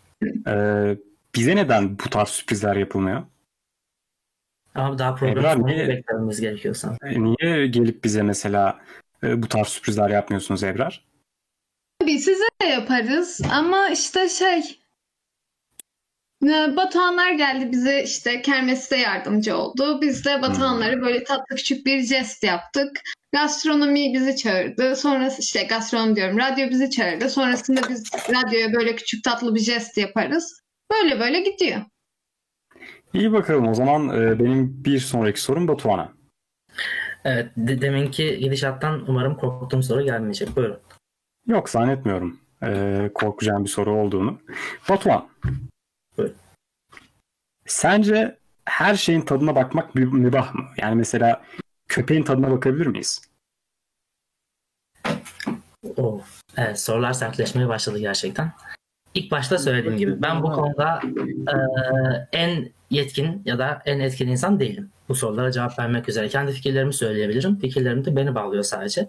Ee, bize neden bu tarz sürprizler yapılmıyor? Ama daha Ebrar, program sonunu niye- beklememiz gerekiyor sanırım. E, Niye gelip bize mesela e, bu tarz sürprizler yapmıyorsunuz Ebrar? Tabii size de yaparız ama işte şey, e, Batuhanlar geldi bize, işte kermeste yardımcı oldu. Biz de Batuhanlara böyle tatlı küçük bir jest yaptık. Gastronomi bizi çağırdı. Sonrası işte gastronomi diyorum, radyo bizi çağırdı. Sonrasında biz radyoya böyle küçük tatlı bir jest yaparız. Böyle böyle gidiyor. İyi bakalım o zaman e, benim bir sonraki sorum Batuhan'a. Evet, de- deminki gidişattan umarım korktuğum soru gelmeyecek. Buyurun. Yok zannetmiyorum e, korkacağım bir soru olduğunu. Batuhan. Buyur. Sence her şeyin tadına bakmak mü- mübah mı? Yani mesela köpeğin tadına bakabilir miyiz? Oo. Evet, sorular sertleşmeye başladı gerçekten. İlk başta söylediğim gibi ben bu konuda e, en yetkin ya da en etkin insan değilim. Bu sorulara cevap vermek üzere. Kendi fikirlerimi söyleyebilirim. Fikirlerim de beni bağlıyor sadece.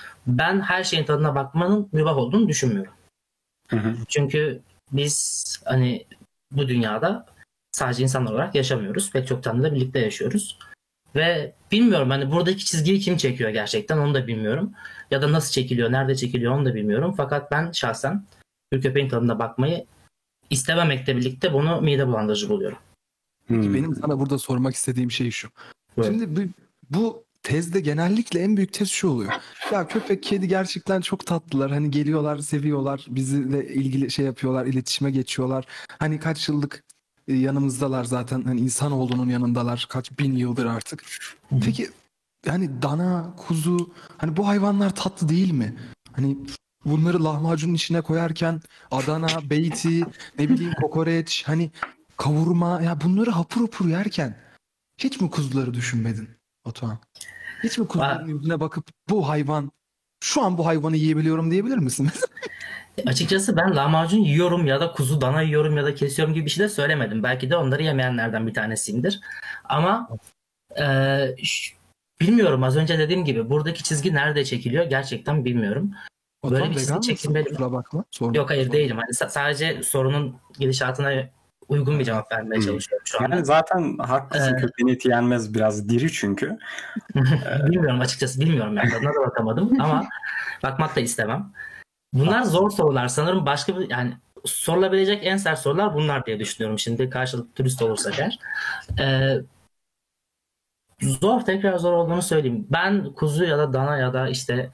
Ben her şeyin tadına bakmanın mübah olduğunu düşünmüyorum. Hı hı. Çünkü biz hani bu dünyada sadece insanlar olarak yaşamıyoruz. Pek çok tanrıyla birlikte yaşıyoruz. Ve bilmiyorum hani buradaki çizgiyi kim çekiyor gerçekten onu da bilmiyorum. Ya da nasıl çekiliyor, nerede çekiliyor onu da bilmiyorum. Fakat ben şahsen bir köpeğin tadına bakmayı istememekle birlikte bunu mide bulandırıcı buluyorum. Hmm. benim sana burada sormak istediğim şey şu. Buyurun. Şimdi bu, bu tezde genellikle en büyük tez şu oluyor. Ya köpek, kedi gerçekten çok tatlılar. Hani geliyorlar, seviyorlar. Bizle ilgili şey yapıyorlar, iletişime geçiyorlar. Hani kaç yıllık e, yanımızdalar zaten. Hani insanoğlunun yanındalar. Kaç bin yıldır artık. Peki yani dana, kuzu, hani bu hayvanlar tatlı değil mi? Hani bunları lahmacunun içine koyarken Adana, beyti, ne bileyim kokoreç, hani kavurma, ya bunları hapur hapur yerken hiç mi kuzuları düşünmedin Batuhan? Hiç mi kuzuların yüzüne bakıp bu hayvan, şu an bu hayvanı yiyebiliyorum diyebilir misin? Açıkçası ben lahmacun yiyorum ya da kuzu dana yiyorum ya da kesiyorum gibi bir şey de söylemedim. Belki de onları yemeyenlerden bir tanesiyimdir. Ama e, ş- bilmiyorum, az önce dediğim gibi buradaki çizgi nerede çekiliyor gerçekten bilmiyorum. Batuhan Böyle bir vegan çizgi mısın? çekilmeli mi? Kusura bakma. Sorma. Yok, hayır değilim. Hani sa- sadece sorunun gidişatına uygun bir cevap vermeye Hmm. çalışıyorum şu anda. Yani zaten haklısın, Ee, köpeğin eti yenmez, biraz diri çünkü. Bilmiyorum, açıkçası bilmiyorum yani, tadına da bakamadım ama bakmak da istemem. Bunlar zor sorular sanırım, başka bir yani sorulabilecek en sert sorular bunlar diye düşünüyorum şimdi karşılıklı dürüst olursak eğer. Ee, zor, tekrar zor olduğunu söyleyeyim. Ben kuzu ya da dana ya da işte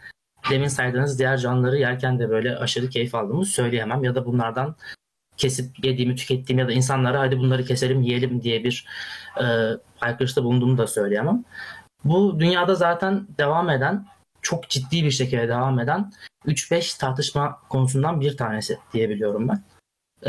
demin saydığınız diğer canlıları yerken de böyle aşırı keyif aldığımı söyleyemem. Ya da bunlardan kesip yediğimi, tükettiğim ya da insanlara hadi bunları keselim, yiyelim diye bir e, haykırışta bulunduğumu da söyleyemem. Bu dünyada zaten devam eden, çok ciddi bir şekilde devam eden üç beş tartışma konusundan bir tanesi diyebiliyorum ben. E,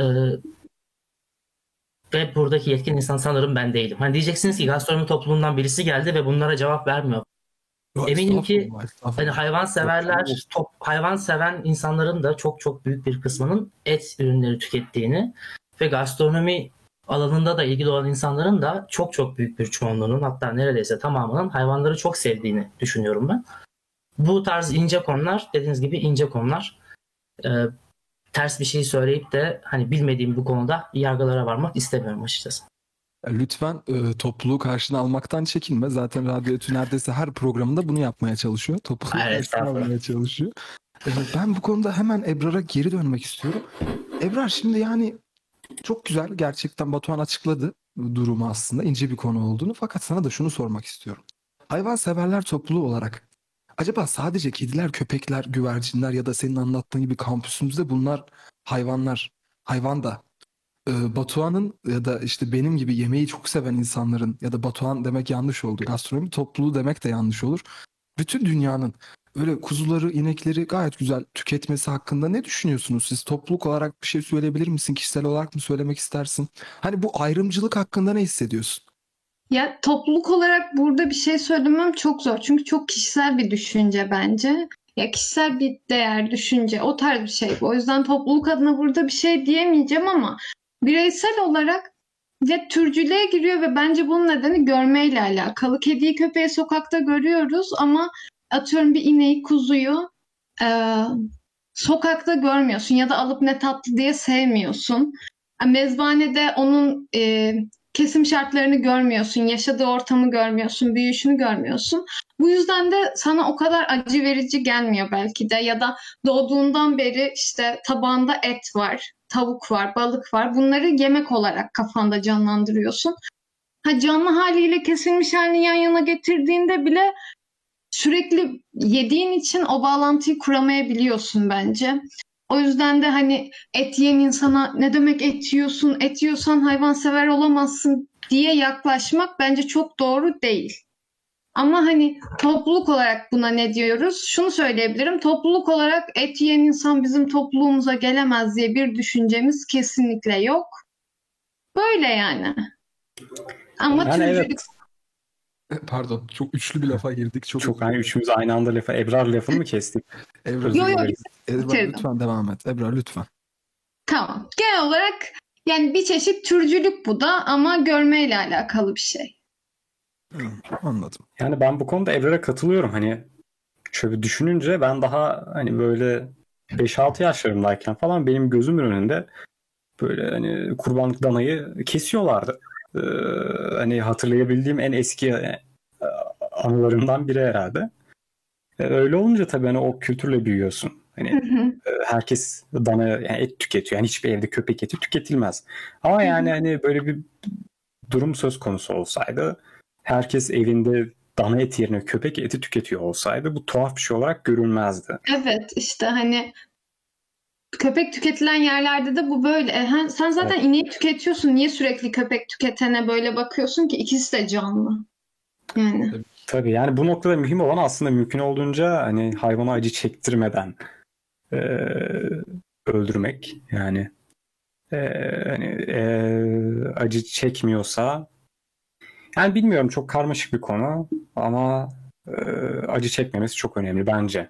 ve buradaki yetkin insan sanırım ben değilim. Hani diyeceksiniz ki gastronomi topluluğundan birisi geldi ve bunlara cevap vermiyor. Yo, Eminim ki estağfurullah, estağfurullah. hani hayvan severler, top, hayvan seven insanların da çok çok büyük bir kısmının et ürünleri tükettiğini ve gastronomi alanında da ilgili olan insanların da çok çok büyük bir çoğunluğunun, hatta neredeyse tamamının hayvanları çok sevdiğini düşünüyorum ben. Bu tarz ince konular, dediğiniz gibi ince konular. Ee, ters bir şey söyleyip de hani bilmediğim bu konuda yargılara varmak istemiyorum açıkçası. Lütfen e, topluluğu karşına almaktan çekinme. Zaten Radyo Etü neredeyse her programında bunu yapmaya çalışıyor. Topluluğu Evet, karşına estağfurullah. almaya çalışıyor. E, ben bu konuda hemen Ebrar'a geri dönmek istiyorum. Ebrar, şimdi yani çok güzel, gerçekten Batuhan açıkladı durumu, aslında ince bir konu olduğunu. Fakat sana da şunu sormak istiyorum. Hayvanseverler topluluğu olarak acaba sadece kediler, köpekler, güvercinler ya da senin anlattığın gibi kampüsümüzde bunlar hayvanlar, hayvan da e, Batuhan'ın ya da işte benim gibi yemeği çok seven insanların, ya da Batuhan demek yanlış oldu, gastronomi topluluğu demek de yanlış olur, bütün dünyanın öyle kuzuları, inekleri gayet güzel tüketmesi hakkında ne düşünüyorsunuz siz? Topluluk olarak bir şey söyleyebilir misin? Kişisel olarak mı söylemek istersin? Hani bu ayrımcılık hakkında ne hissediyorsun? Ya topluluk olarak burada bir şey söylemem çok zor. Çünkü çok kişisel bir düşünce bence. Ya kişisel bir değer, düşünce, o tarz bir şey bu. O yüzden topluluk adına burada bir şey diyemeyeceğim ama bireysel olarak ya türcülüğe giriyor ve bence bunun nedeni görmeyle alakalı. Kediyi, köpeği sokakta görüyoruz ama atıyorum bir ineği, kuzuyu e, sokakta görmüyorsun ya da alıp ne tatlı diye sevmiyorsun. Mezbanede onun e, kesim şartlarını görmüyorsun, yaşadığı ortamı görmüyorsun, büyüyüşünü görmüyorsun. Bu yüzden de sana o kadar acı verici gelmiyor belki de, ya da doğduğundan beri işte tabağında et var, tavuk var, balık var. Bunları yemek olarak kafanda canlandırıyorsun. Ha, canlı haliyle kesilmiş halini yan yana getirdiğinde bile sürekli yediğin için o bağlantıyı kuramayabiliyorsun bence. O yüzden de hani et yiyen insana ne demek et yiyorsun, et yiyorsan hayvansever olamazsın diye yaklaşmak bence çok doğru değil. Ama hani topluluk olarak buna ne diyoruz? Şunu söyleyebilirim. Topluluk olarak et yiyen insan bizim topluluğumuza gelemez diye bir düşüncemiz kesinlikle yok. Böyle yani. Ama Yani türcülük evet. Pardon, çok üçlü bir lafa girdik. Çok, Çok hani üçümüz aynı anda lafa, Ebrar lafını mı kestik? Ebrar, Özür Yo, yo, dileriz. Ebrar bitirdim. lütfen devam et. Ebrar lütfen. Tamam. Genel olarak yani bir çeşit türcülük bu da ama görmeyle alakalı bir şey. Hı, anladım. Yani ben bu konuda Ebrar'a katılıyorum. Hani şöyle düşününce ben daha hani böyle beş altı yaşlarımdayken falan benim gözümün önünde böyle hani kurbanlık danayı kesiyorlardı. Ee, hani hatırlayabildiğim en eski e, anılarımdan biri herhalde. Ee, öyle olunca tabii hani o kültürle büyüyorsun. Hani Hı hı. e, herkes dana yani et tüketiyor. Yani hiçbir evde köpek eti tüketilmez. Ama yani hani böyle bir durum söz konusu olsaydı, herkes evinde dana eti yerine köpek eti tüketiyor olsaydı bu tuhaf bir şey olarak görülmezdi. Evet, işte hani köpek tüketilen yerlerde de bu böyle. E, hen- sen zaten ineği tüketiyorsun. Niye sürekli köpek tüketene böyle bakıyorsun ki? İkisi de canlı. Yani. Tabii yani bu noktada mühim olan aslında mümkün olduğunca hani hayvana acı çektirmeden e, öldürmek. Yani e, hani e, acı çekmiyorsa, yani bilmiyorum, çok karmaşık bir konu ama e, acı çekmemesi çok önemli bence.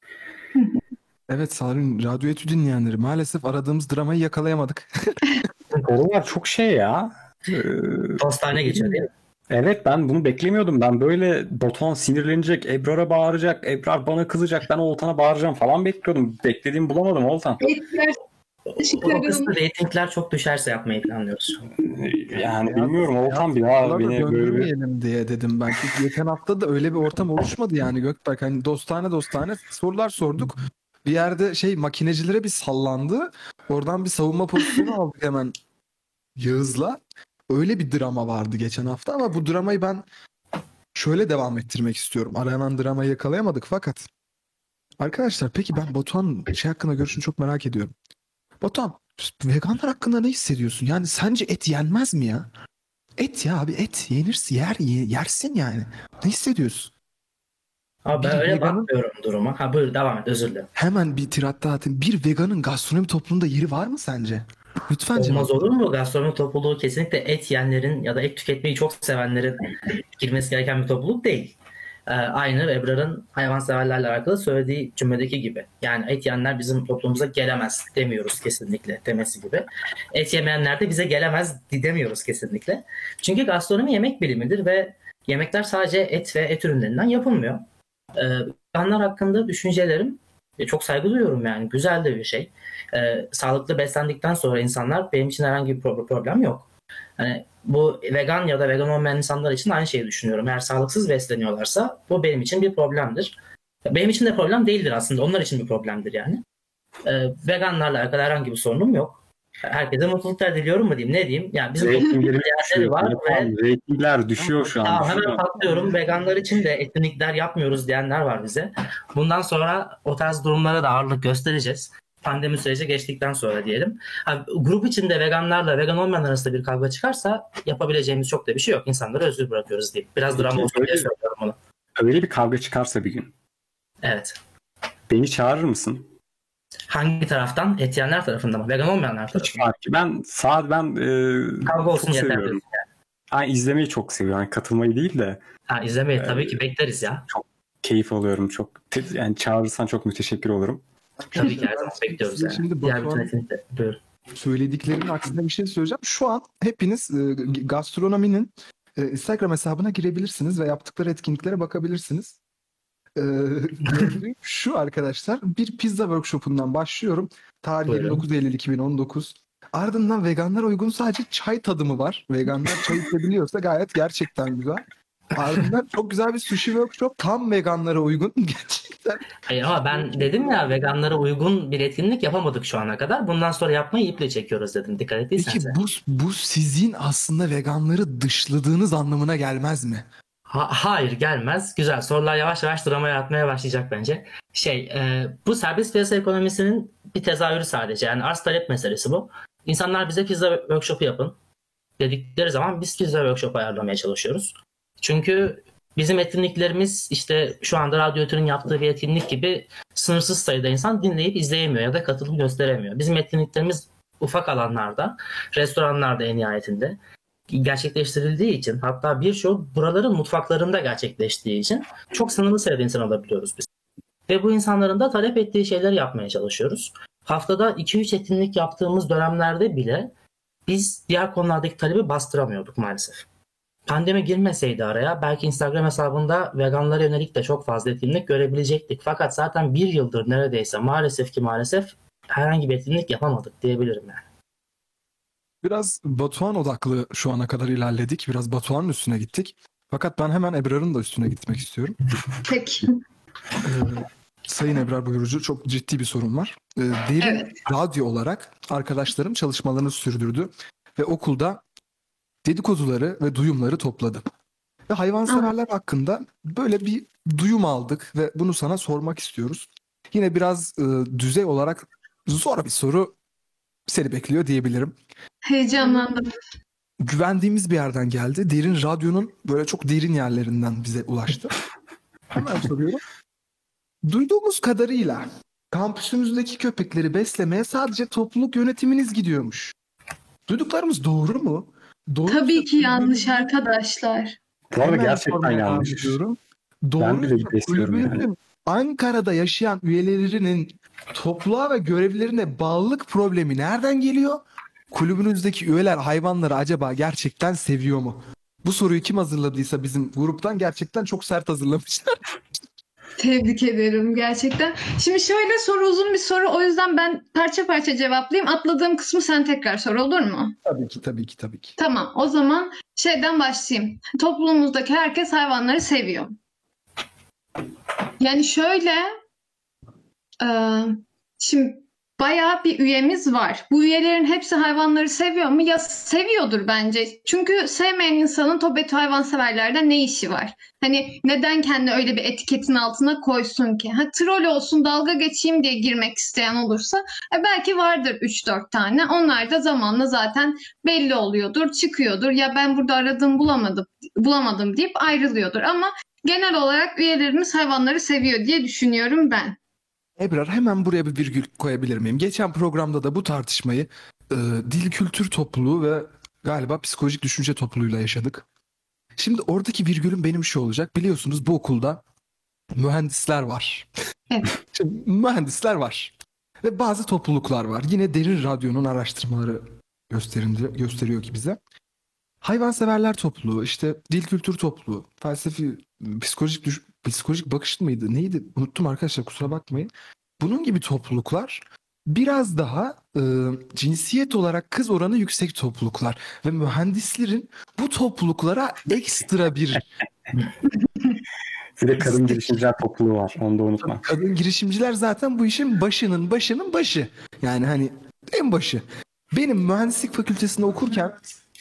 Evet Sarın, Radyo Etü dinleyenleri, maalesef aradığımız dramayı yakalayamadık. Sorular çok şey ya. E, Postane geçiyor değil mi? Evet, ben bunu beklemiyordum. Ben böyle Batuhan sinirlenecek, Ebrar'a bağıracak, Ebrar bana kızacak, ben Oltan'a bağıracağım falan bekliyordum. Beklediğimi bulamadım Oltan. O, o kısmı reytingler çok düşerse yapmayı planlıyoruz. Yani bilmiyorum Oltan, bir daha Buralarda beni böyle bir... döndürmeyelim diye dedim ben. Çünkü geçen hafta da öyle bir ortam oluşmadı yani Gökberk. Hani dostane dostane sorular sorduk. Bir yerde şey, makinecilere bir sallandı. Oradan bir savunma pozisyonu aldık hemen Yağız'la. Öyle bir drama vardı geçen hafta ama bu dramayı ben şöyle devam ettirmek istiyorum. Aranan dramayı yakalayamadık fakat Arkadaşlar peki ben Batuhan şey hakkında görüşünü çok merak ediyorum. Batuhan, veganlar hakkında ne hissediyorsun? Yani sence et yenmez mi ya? Et ya abi, et yenirsin, yer ye- yersin yani. Ne hissediyorsun? Ama ben Bir öyle veganın bakmıyorum duruma. Ha buyur devam et, özür dilerim. hemen bir tirat daha atayım. Bir veganın gastronomi toplumunda yeri var mı sence? Lütfen cevap. Olmaz olur mu? Gastronomi topluluğu kesinlikle et yiyenlerin ya da et tüketmeyi çok sevenlerin girmesi gereken bir topluluk değil. Ee, aynı Ebrar'ın hayvanseverlerle alakalı söylediği cümledeki gibi. Yani et yiyenler bizim toplumumuza gelemez demiyoruz kesinlikle demesi gibi. Et yemeyenler de bize gelemez demiyoruz kesinlikle. Çünkü gastronomi yemek bilimidir ve yemekler sadece et ve et ürünlerinden yapılmıyor. Ee, veganlar hakkında düşüncelerim e, çok saygı duyuyorum yani. Güzel de bir şey. Ee, sağlıklı beslendikten sonra insanlar benim için herhangi bir pro- problem yok. Hani bu vegan ya da vegan olmayan insanlar için aynı şeyi düşünüyorum. Eğer sağlıksız besleniyorlarsa bu benim için bir problemdir. Benim için de problem değildir aslında. Onlar için bir problemdir yani. Ee, veganlarla alakalı herhangi bir sorunum yok. Herkese mutluluklar diliyorum mu diyeyim, ne diyeyim? Yani bizim toplumumuzda Reytinglerimiz değerleri düşüyor. var ve Tamam, reytingler düşüyor şu an. tamam, hemen Düşüyor. patlıyorum. Veganlar için de etkinlikler yapmıyoruz diyenler var bize. Bundan sonra o tarz durumlara da ağırlık göstereceğiz. Pandemi süreci geçtikten sonra diyelim. Ha, grup içinde veganlarla vegan olmayanlar arasında bir kavga çıkarsa yapabileceğimiz çok da bir şey yok. İnsanları özgür bırakıyoruz deyip. Biraz Peki, drama olsun diye öyle- söylüyorum bunu. Öyle bir kavga çıkarsa bir gün Evet. beni çağırır mısın? Hangi taraftan? Et yiyenler tarafından mı? Vegan olmayanlar Hiç tarafından. fark. Ben saat ben e, Kavga olsun çok yeter seviyorum. diyorsun. Yani izlemeyi çok seviyorum. Yani katılmayı değil de Ha, izlemeyi tabii ki bekleriz ya. keyif alıyorum çok. Te- Yani çağırırsan çok müteşekkir olurum. Tabii ki her zaman bekliyoruz Size yani. şimdi Diğer bütün Batuhan etkinlikler. Buyurun. söylediklerimin aksine bir şey söyleyeceğim. Şu an hepiniz e, gastronominin e, Instagram hesabına girebilirsiniz ve yaptıkları etkinliklere bakabilirsiniz. E, gördüğüm şu arkadaşlar, bir pizza workshopundan başlıyorum. Tarih Buyurun. yirmi dokuz Eylül iki bin on dokuz. Ardından veganlara uygun sadece çay tadımı var. Veganlar çay içebiliyorsa gayet gerçekten güzel. Ardından çok güzel bir sushi workshop, tam veganlara uygun. Gerçekten. Hayır ama ben dedim ya, veganlara uygun bir etkinlik yapamadık şu ana kadar. Bundan sonra yapmayı iple çekiyoruz dedim. Dikkat ettiysen Peki sen. bu, bu sizin aslında veganları dışladığınız anlamına gelmez mi? Ha- hayır gelmez. Güzel. Sorular yavaş yavaş drama yaratmaya başlayacak bence. Şey, e, bu serbest piyasa ekonomisinin bir tezahürü sadece. Yani arz talep meselesi bu. İnsanlar bize pizza workshopu yapın dedikleri zaman biz pizza workshop ayarlamaya çalışıyoruz. Çünkü bizim etkinliklerimiz işte şu anda radyatörün yaptığı bir etkinlik gibi sınırsız sayıda insan dinleyip izleyemiyor ya da katılım gösteremiyor. Bizim etkinliklerimiz ufak alanlarda, restoranlarda en nihayetinde gerçekleştirildiği için, hatta birçok buraların mutfaklarında gerçekleştiği için çok sınırlı sayıda insan alabiliyoruz biz. Ve bu insanların da talep ettiği şeyleri yapmaya çalışıyoruz. Haftada iki üç etkinlik yaptığımız dönemlerde bile biz diğer konulardaki talebi bastıramıyorduk maalesef. Pandemi girmeseydi araya belki Instagram hesabında veganlara yönelik de çok fazla etkinlik görebilecektik. Fakat zaten bir yıldır neredeyse maalesef ki maalesef herhangi bir etkinlik yapamadık diyebilirim yani. Biraz Batuhan odaklı şu ana kadar ilerledik. Biraz Batuhan'ın üstüne gittik. Fakat ben hemen Ebrar'ın da üstüne gitmek istiyorum. Peki. Ee, Sayın Ebrar Buyurucu, çok ciddi bir sorun var. Ee, derin Evet. radyo olarak arkadaşlarım çalışmalarını sürdürdü ve okulda dedikoduları ve duyumları topladı. Ve hayvanseverler hakkında böyle bir duyum aldık ve bunu sana sormak istiyoruz. Yine biraz e, düzey olarak zor bir soru seni bekliyor diyebilirim. Heyecanlandım. Güvendiğimiz bir yerden geldi. Derin radyonun böyle çok derin yerlerinden bize ulaştı. Hemen soruyorum. Duyduğumuz kadarıyla kampüsümüzdeki köpekleri beslemeye sadece topluluk yönetiminiz gidiyormuş. Duyduklarımız doğru mu? Doğru Tabii ki yanlış arkadaşlar. Bu arada Hemen gerçekten sormaya devam yanlış. ediyorum. Ben Doğru. bile gitmek istiyorum yani. Kulübümüzün Ankara'da yaşayan üyelerinin topluluğa ve görevlerine bağlılık problemi nereden geliyor? Kulübünüzdeki üyeler hayvanları acaba gerçekten seviyor mu? Bu soruyu kim hazırladıysa bizim gruptan gerçekten çok sert hazırlamışlar. Tebrik ederim gerçekten. Şimdi şöyle, soru uzun bir soru. O yüzden ben parça parça cevaplayayım. Atladığım kısmı sen tekrar sor, olur mu? Tabii ki, tabii ki, tabii ki. Tamam. O zaman şeyden başlayayım. Toplumumuzdaki herkes hayvanları seviyor. Yani şöyle, e, şimdi bayağı bir üyemiz var. Bu üyelerin hepsi hayvanları seviyor mu? Ya seviyordur bence. Çünkü sevmeyen insanın Topetü hayvanseverlerde ne işi var? Hani neden kendini öyle bir etiketin altına koysun ki? Ha, troll olsun, dalga geçeyim diye girmek isteyen olursa e, belki vardır üç dört tane. Onlar da zamanla zaten belli oluyordur, çıkıyordur. Ya ben burada aradığım bulamadım, bulamadım deyip ayrılıyordur. Ama genel olarak üyelerimiz hayvanları seviyor diye düşünüyorum ben. Ebrar, hemen buraya bir virgül koyabilir miyim? Geçen programda da bu tartışmayı e, dil kültür topluluğu ve galiba psikolojik düşünce topluluğuyla yaşadık. Şimdi oradaki virgülüm benim şu olacak. Biliyorsunuz bu okulda mühendisler var. Evet. Şimdi mühendisler var. Ve bazı topluluklar var. Yine Derin Radyo'nun araştırmaları gösterindi, gösteriyor ki bize. Hayvanseverler topluluğu, işte dil kültür topluluğu, felsefi, psikolojik düş- psikolojik bakış mıydı? Neydi? Unuttum arkadaşlar, kusura bakmayın. Bunun gibi topluluklar biraz daha e, cinsiyet olarak kız oranı yüksek topluluklar ve mühendislerin bu topluluklara ekstra bir Bir de kadın girişimciler topluluğu var. Onu da unutma. kadın girişimciler zaten bu işin başının başının başı. Yani hani en başı. Benim mühendislik fakültesinde okurken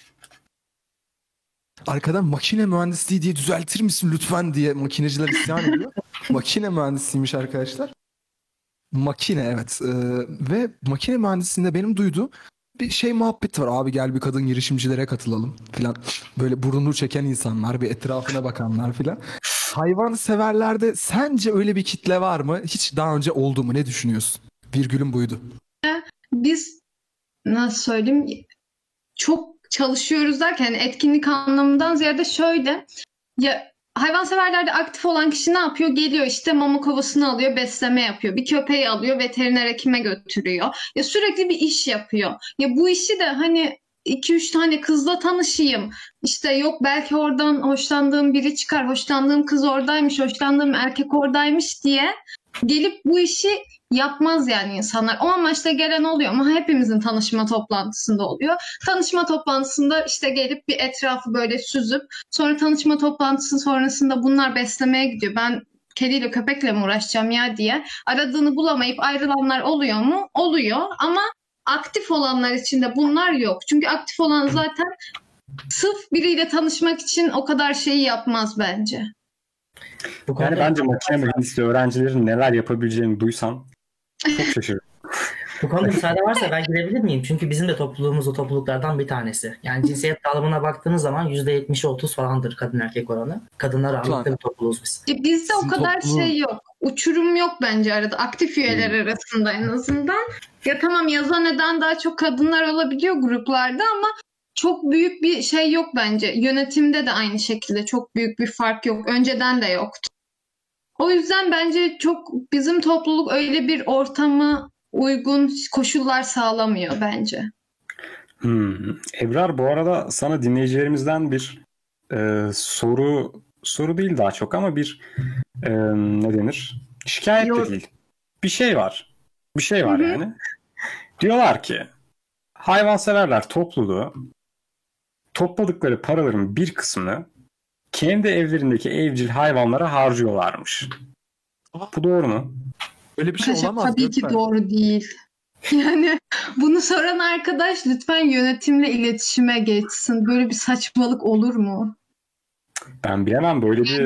arkadan makine mühendisliği diye düzeltir misin lütfen diye makineciler isyan ediyor. Makine mühendisiymiş arkadaşlar. Makine, evet. Ee, ve makine mühendisliğinde benim duyduğum bir şey muhabbeti var. Abi gel bir kadın girişimcilere katılalım filan. Böyle burnunu çeken insanlar, bir etrafına bakanlar filan. Hayvan severlerde sence öyle bir kitle var mı? Hiç daha önce oldu mu? Ne düşünüyorsun? Virgülüm buydu. Biz nasıl söyleyeyim çok çalışıyoruz derken yani etkinlik anlamından ziyade şöyle ya hayvanseverlerde aktif olan kişi ne yapıyor? Geliyor işte mama kovasını alıyor, besleme yapıyor. Bir köpeği alıyor, veteriner hekime götürüyor. Ya sürekli bir iş yapıyor. Ya bu işi de hani iki üç tane kızla tanışayım. İşte yok belki oradan hoşlandığım biri çıkar. Hoşlandığım kız oradaymış, hoşlandığım erkek oradaymış diye gelip bu işi yapmaz yani insanlar. O amaçla gelen oluyor ama hepimizin tanışma toplantısında oluyor. Tanışma toplantısında işte gelip bir etrafı böyle süzüp sonra tanışma toplantısı sonrasında bunlar beslemeye gidiyor. Ben kediyle köpekle mi uğraşacağım ya diye aradığını bulamayıp ayrılanlar oluyor mu? Oluyor ama aktif olanlar için de bunlar yok. Çünkü aktif olan zaten sırf biriyle tanışmak için o kadar şeyi yapmaz bence. Bu konuda Yani bence makine mühendisliği öğrencilerin neler yapabileceğini duysan çok şaşırırım. Bu konuda müsaade varsa ben girebilir miyim? Çünkü bizim de topluluğumuz o topluluklardan bir tanesi. Yani cinsiyet dağılımına baktığınız zaman yüzde yetmişe otuz falandır kadın erkek oranı. Kadınlar ağırlıklı bir topluluğuz biz. E, Bizde o Sizin kadar topluluğun- şey yok. Uçurum yok bence arada. Aktif üyeler arasında en azından. Ya tamam yazan eden daha çok kadınlar olabiliyor gruplarda ama çok büyük bir şey yok bence. Yönetimde de aynı şekilde çok büyük bir fark yok. Önceden de yoktu. O yüzden bence çok bizim topluluk öyle bir ortamı uygun koşullar sağlamıyor bence. Hmm. Ebrar, bu arada sana dinleyicilerimizden bir e, soru soru değil daha çok ama bir e, ne denir? Şikayet de Yor- değil. Bir şey var. Bir şey var Hı hı. yani. Diyorlar ki hayvanseverler topluluğu topladıkları paraların bir kısmını kendi evlerindeki evcil hayvanlara harcıyorlarmış. Bu doğru mu? Öyle bir şey Paşa, olamaz. tabii ki Gökmen. doğru değil. Yani bunu soran arkadaş lütfen yönetimle iletişime geçsin. Böyle bir saçmalık olur mu? Ben bilemem, böyle bir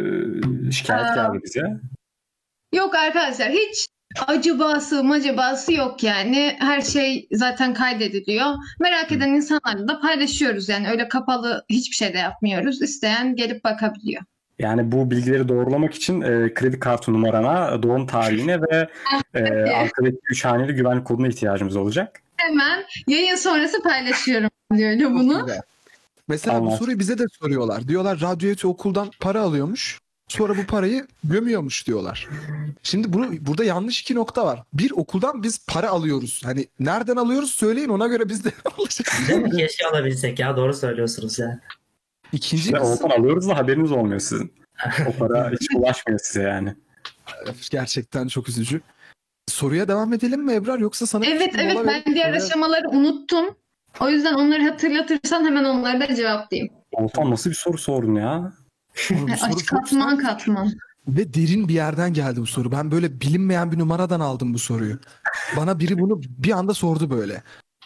e, şikayet geldi bize. Yok arkadaşlar hiç acabası macabası yok yani. Her şey zaten kaydediliyor. Merak eden insanlarla da paylaşıyoruz yani. Öyle kapalı hiçbir şey de yapmıyoruz. İsteyen gelip bakabiliyor. Yani bu bilgileri doğrulamak için e, kredi kartı numarana, doğum tarihine ve e, arkadaki üç haneli güvenlik koduna ihtiyacımız olacak. Hemen yayın sonrası paylaşıyorum diyor bunu. Güzel. Mesela bu Anladım. soruyu bize de soruyorlar. Diyorlar Radyo okuldan para alıyormuş. Sonra bu parayı gömüyormuş diyorlar. Şimdi bunu, burada yanlış iki nokta var. Bir, okuldan biz para alıyoruz. Hani nereden alıyoruz söyleyin, ona göre biz de alacağız. Değil mi? Keşke alabilsek ya. Doğru söylüyorsunuz yani. İkinci İşte kısım oradan alıyoruz da haberiniz olmuyor sizin. O para hiç ulaşmıyor size yani. gerçekten çok üzücü. Soruya devam edelim mi Ebrar, yoksa sana Evet küçük bir evet mola ben verip diğer soruya- aşamaları unuttum. O yüzden onları hatırlatırsan hemen onları da cevaplayayım. Oltan nasıl bir soru sordun ya? Oğlum, bu soru Aç çok katman güzel. katman. Ve derin bir yerden geldi bu soru. Ben böyle bilinmeyen bir numaradan aldım bu soruyu. Bana biri bunu bir anda sordu böyle.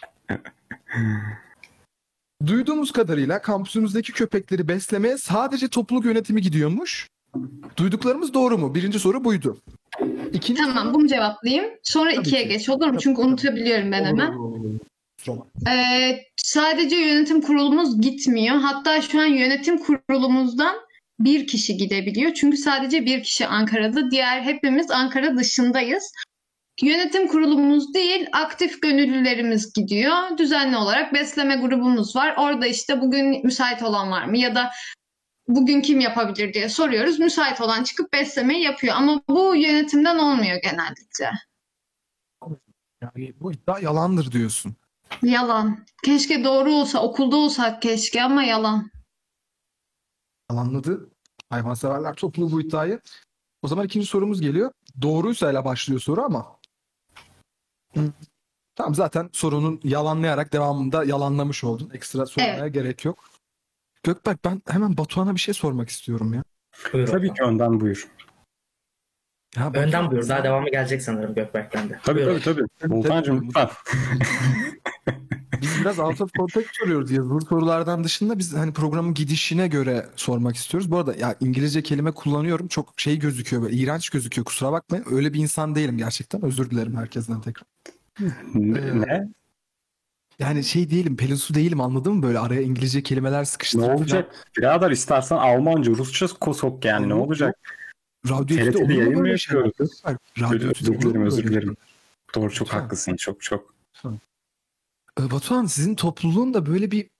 Duyduğumuz kadarıyla kampüsümüzdeki köpekleri beslemeye sadece topluluk yönetimi gidiyormuş. Duyduklarımız doğru mu? Birinci soru buydu. İkinci Tamam, bunu cevaplayayım. Sonra Tabii ikiye ki. geç olur mu? Tabii, Çünkü tabii. unutabiliyorum ben hemen. Tamam. Ee, sadece yönetim kurulumuz gitmiyor. Hatta şu an yönetim kurulumuzdan bir kişi gidebiliyor. Çünkü sadece bir kişi Ankara'da. Diğer hepimiz Ankara dışındayız. Yönetim kurulumuz değil, aktif gönüllülerimiz gidiyor. Düzenli olarak besleme grubumuz var. Orada işte bugün müsait olan var mı? Ya da bugün kim yapabilir diye soruyoruz. Müsait olan çıkıp beslemeyi yapıyor. Ama bu yönetimden olmuyor genellikle. Yani bu iddia yalandır diyorsun. Yalan. Keşke doğru olsa, okulda olsak keşke ama yalan. Yalanladı. Hayvanseverler topluluğu bu iddiayı. O zaman ikinci sorumuz geliyor. Doğruysa ile başlıyor soru ama. Hı. Tamam, zaten sorunun yalanlayarak devamında yalanlamış oldun. Ekstra sormaya Evet. gerek yok. Gökberk, ben hemen Batuhan'a bir şey sormak istiyorum ya. Buyur Tabii Orhan. ki önden buyur. Ya Önden Batuhan, buyur. Daha sen- devamı gelecek sanırım Gökberk'ten de. Tabii Buyur tabii Orhan. tabii. Volkan'cığım lütfen. Biz biraz out of context soruyoruz diye. Bu sorulardan dışında biz hani programın gidişine göre sormak istiyoruz. Bu arada ya İngilizce kelime kullanıyorum. Çok şey gözüküyor, böyle iğrenç gözüküyor. Kusura bakmayın. Öyle bir insan değilim gerçekten. Özür dilerim herkesten tekrar. Ne? ne? Yani şey değilim, Pelin Su değilim, anladın mı? Böyle araya İngilizce kelimeler Ne sıkıştırıp falan. olacak? Birader istersen Almanca, Rusça sok yani ne Yok, olacak? Radyo T R ikide T'de olur mu yayın mı böyle şeyler? yapıyoruz? Radyo Özür ikide olur dilerim, mu özür böyle dilerim. Doğru, çok Lütfen. haklısın, çok çok. Ee, Batuhan, sizin topluluğun da böyle bir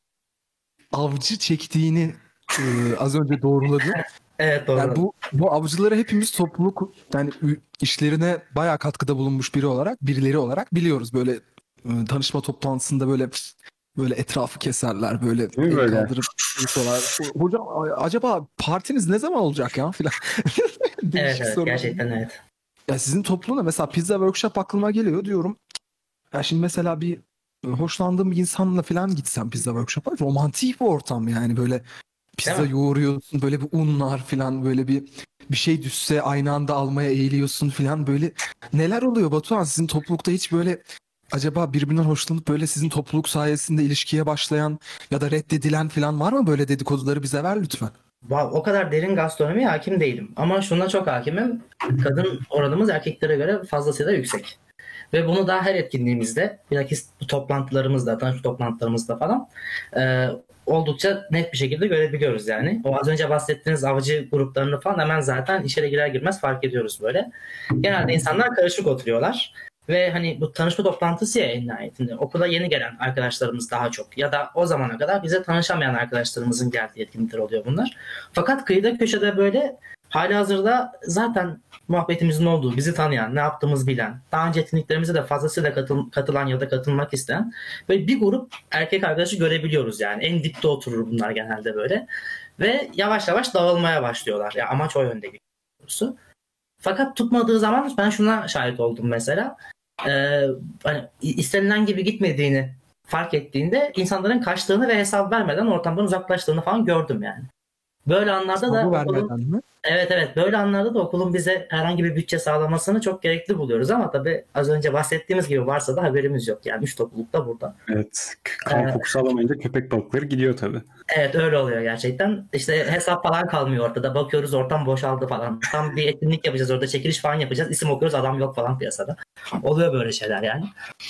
avcı çektiğini e, az önce doğruladın. Evet doğru. Yani bu bu avcıları hepimiz topluluk yani ü- işlerine bayağı katkıda bulunmuş biri olarak, birileri olarak biliyoruz. Böyle e, tanışma toplantısında böyle böyle etrafı keserler, böyle Değil mi el böyle? kaldırıp konuşuyorlar. Hocam a- acaba partiniz ne zaman olacak ya filan. Evet Değişik evet sorular. gerçekten evet. Ya sizin topluluğunda mesela pizza workshop aklıma geliyor diyorum. Ya şimdi mesela bir e, hoşlandığım bir insanla falan gitsem pizza workshop'a, romantik bir ortam yani, böyle pizza Değil mi? yoğuruyorsun, böyle bir unlar falan, böyle bir bir şey düşse aynı anda almaya eğiliyorsun falan, böyle neler oluyor Batuhan, sizin toplulukta hiç böyle acaba birbirinden hoşlanıp böyle sizin topluluk sayesinde ilişkiye başlayan ya da reddedilen falan var mı? Böyle dedikoduları bize ver lütfen. Va- O kadar derin gastronomiye hakim değilim. Ama şuna çok hakimim. Kadın oranımız erkeklere göre fazlasıyla yüksek. Ve bunu da her etkinliğimizde, bilakis bu toplantılarımızda, tanışma toplantılarımızda falan e, oldukça net bir şekilde görebiliyoruz yani. O az önce bahsettiğiniz avcı gruplarını falan hemen zaten içeri girer girmez fark ediyoruz böyle. Genelde insanlar karışık oturuyorlar. Ve hani bu tanışma toplantısı ya en nihayetinde. Okula yeni gelen arkadaşlarımız daha çok. Ya da o zamana kadar bize tanışamayan arkadaşlarımızın geldiği etkinlikler oluyor bunlar. Fakat kıyıda köşede böyle halihazırda zaten muhabbetimizin olduğu, bizi tanıyan, ne yaptığımızı bilen, daha önce etkinliklerimize de fazlasıyla katıl- katılan ya da katılmak isteyen böyle bir grup erkek arkadaşı görebiliyoruz yani. En dipte oturur bunlar genelde böyle. Ve yavaş yavaş dağılmaya başlıyorlar. Ya amaç o yönde gidiyor. Fakat tutmadığı zaman ben şuna şahit oldum mesela. Ee, hani istenilen gibi gitmediğini fark ettiğinde insanların kaçtığını ve hesap vermeden ortamdan uzaklaştığını falan gördüm yani. Böyle anlarda da Hesabı okulun, vermeden mi? evet evet böyle anlarda da okulun bize herhangi bir bütçe sağlamasını çok gerekli buluyoruz ama tabii az önce bahsettiğimiz gibi varsa da haberimiz yok. Yani üç topluluk da burada. Evet. Kan Evet. kokusu alamayınca köpek balıkları gidiyor tabii. Evet öyle oluyor gerçekten. İşte hesap falan kalmıyor ortada. Bakıyoruz ortam boşaldı falan. Tam bir etkinlik yapacağız orada. Çekiliş falan yapacağız. İsim okuyoruz adam yok falan piyasada. Oluyor böyle şeyler yani.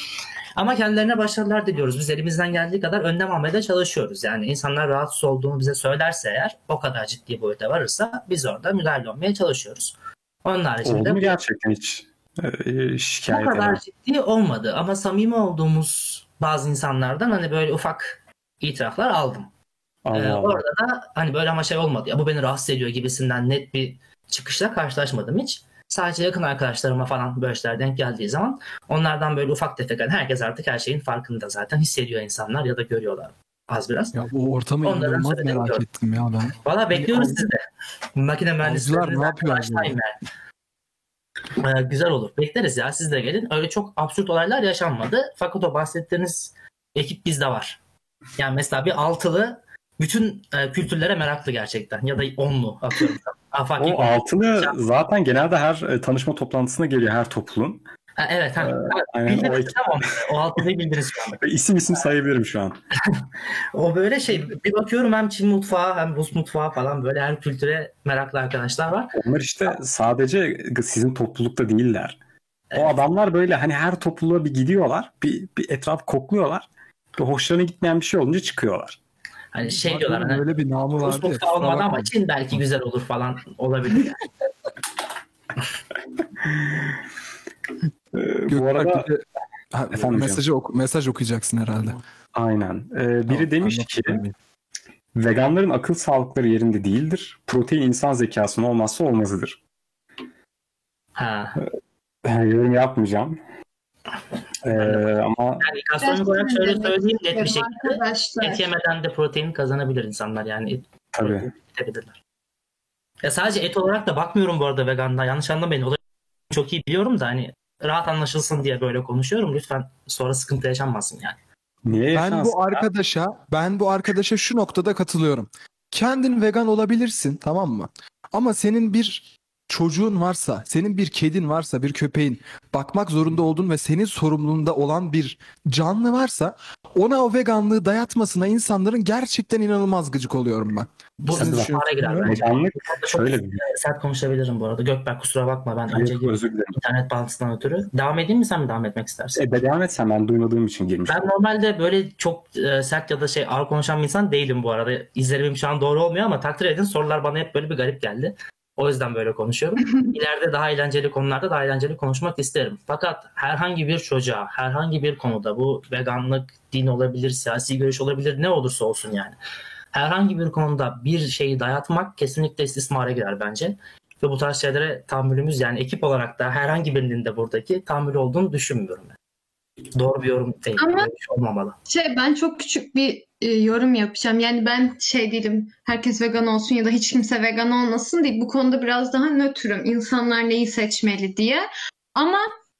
Ama kendilerine başarılar diliyoruz. Biz elimizden geldiği kadar önlem almaya da çalışıyoruz. Yani insanlar rahatsız olduğunu bize söylerse eğer o kadar ciddi boyuta varırsa biz orada müdahale olmaya çalışıyoruz. Onun haricinde Oldu mu gerçekten hiç e, bu şikayet kadar eden? ciddi olmadı. Ama samimi olduğumuz bazı insanlardan hani böyle ufak itiraflar aldım. Allah Ee, Allah. orada da hani böyle ama şey olmadı ya bu beni rahatsız ediyor gibisinden net bir çıkışla karşılaşmadım hiç. Sadece yakın arkadaşlarıma falan böyle şeyler denk geldiği zaman onlardan böyle ufak tefek hani herkes artık her şeyin farkında zaten hissediyor insanlar ya da görüyorlar az biraz. Ya bu ortamı Onlardan inanılmaz söyledim, merak gördüm. ettim ya ben. Valla bekliyoruz avcı- sizi de. Makine mühendislerinizden Avcılar ne yapıyor arkadaşlayın yani. Ee, güzel olur. Bekleriz ya siz de gelin. Öyle çok absürt olaylar yaşanmadı. Fakat o bahsettiğiniz ekip bizde var. Yani mesela bir altılı bütün e, kültürlere meraklı gerçekten. Ya da onlu atıyorum. Afaki O konu. altılı zaten genelde her e, tanışma toplantısına geliyor her topluluğun. Ha, evet. Ha. Aynen, o, Bildiniz tamam. O altılıyı bildiniz şu anda. isim isim sayabilirim şu an. O böyle şey, bir bakıyorum hem Çin mutfağı hem Rus mutfağı falan, böyle her kültüre meraklı arkadaşlar var. Onlar işte sadece sizin toplulukta değiller. O Evet. adamlar böyle hani her topluluğa bir gidiyorlar. Bir, bir etraf kokluyorlar. Bir hoşlarına gitmeyen bir şey olunca çıkıyorlar. Hani şey diyorlar, Zaten hani öyle bir namı Rus vardı ya, mutfağı kusura olmadı ama bakmayın. Çin belki güzel olur falan olabilir yani. Ee, bu Gökberk, arada bir de- ha, Efendim mesajı oku- mesaj okuyacaksın herhalde. aynen. Ee, biri Tamam, demiş ben ki not- veganların akıl sağlıkları yerinde değildir. Protein insan zekasının olmazsa olmazıdır. Ha. Ee, yorum yapmayacağım. Ee, ama Yani gastronomik olarak şöyle söyleyeyim net bir şekilde. Arkadaşlar. Et yemeden de protein kazanabilir insanlar, yani et tabii. tüketebilirler. Ya sadece et olarak da bakmıyorum bu arada veganlığa. Yanlış anlamayın. Olayı çok iyi biliyorum da hani rahat anlaşılsın diye böyle konuşuyorum. Lütfen sonra sıkıntı yaşanmasın yani. Niye Ben yaşansın bu ya? arkadaşa, ben bu arkadaşa şu noktada katılıyorum. Kendin vegan olabilirsin, tamam mı? Ama senin bir çocuğun varsa, senin bir kedin varsa, bir köpeğin, bakmak zorunda olduğun ve senin sorumluluğunda olan bir canlı varsa, ona o veganlığı dayatmasına insanların gerçekten inanılmaz gıcık oluyorum ben. Bu Siz ne istismara girer düşünüyorsunuz? bence. Veganlık Çok şöyle bir sert konuşabilirim bu arada. Gökberk kusura bakma, ben önce Hayır, özür dilerim. internet bağlantısından ötürü. Devam edeyim mi, sen mi devam etmek istersin? E, devam etsen ben duymadığım için girmiştim. Ben normalde böyle çok e, sert ya da şey ağır konuşan bir insan değilim bu arada. İzlerimim şu an doğru olmuyor ama takdir edin, sorular bana hep böyle bir garip geldi. O yüzden böyle konuşuyorum. İleride daha eğlenceli konularda daha eğlenceli konuşmak isterim. Fakat herhangi bir çocuğa, herhangi bir konuda, bu veganlık, din olabilir, siyasi görüş olabilir, ne olursa olsun yani. Herhangi bir konuda bir şeyi dayatmak kesinlikle istismara girer bence. Ve bu tarz şeylere tahammülümüz, yani ekip olarak da herhangi birinin de buradaki tahammül olduğunu düşünmüyorum. Yani. Doğru bir yorum değil. Ama- Böyle bir şey olmamalı. Şey, ben çok küçük bir e, yorum yapacağım. Yani ben şey değilim, herkes vegan olsun ya da hiç kimse vegan olmasın değil. Bu konuda biraz daha nötrüm. İnsanlar neyi seçmeli diye. Ama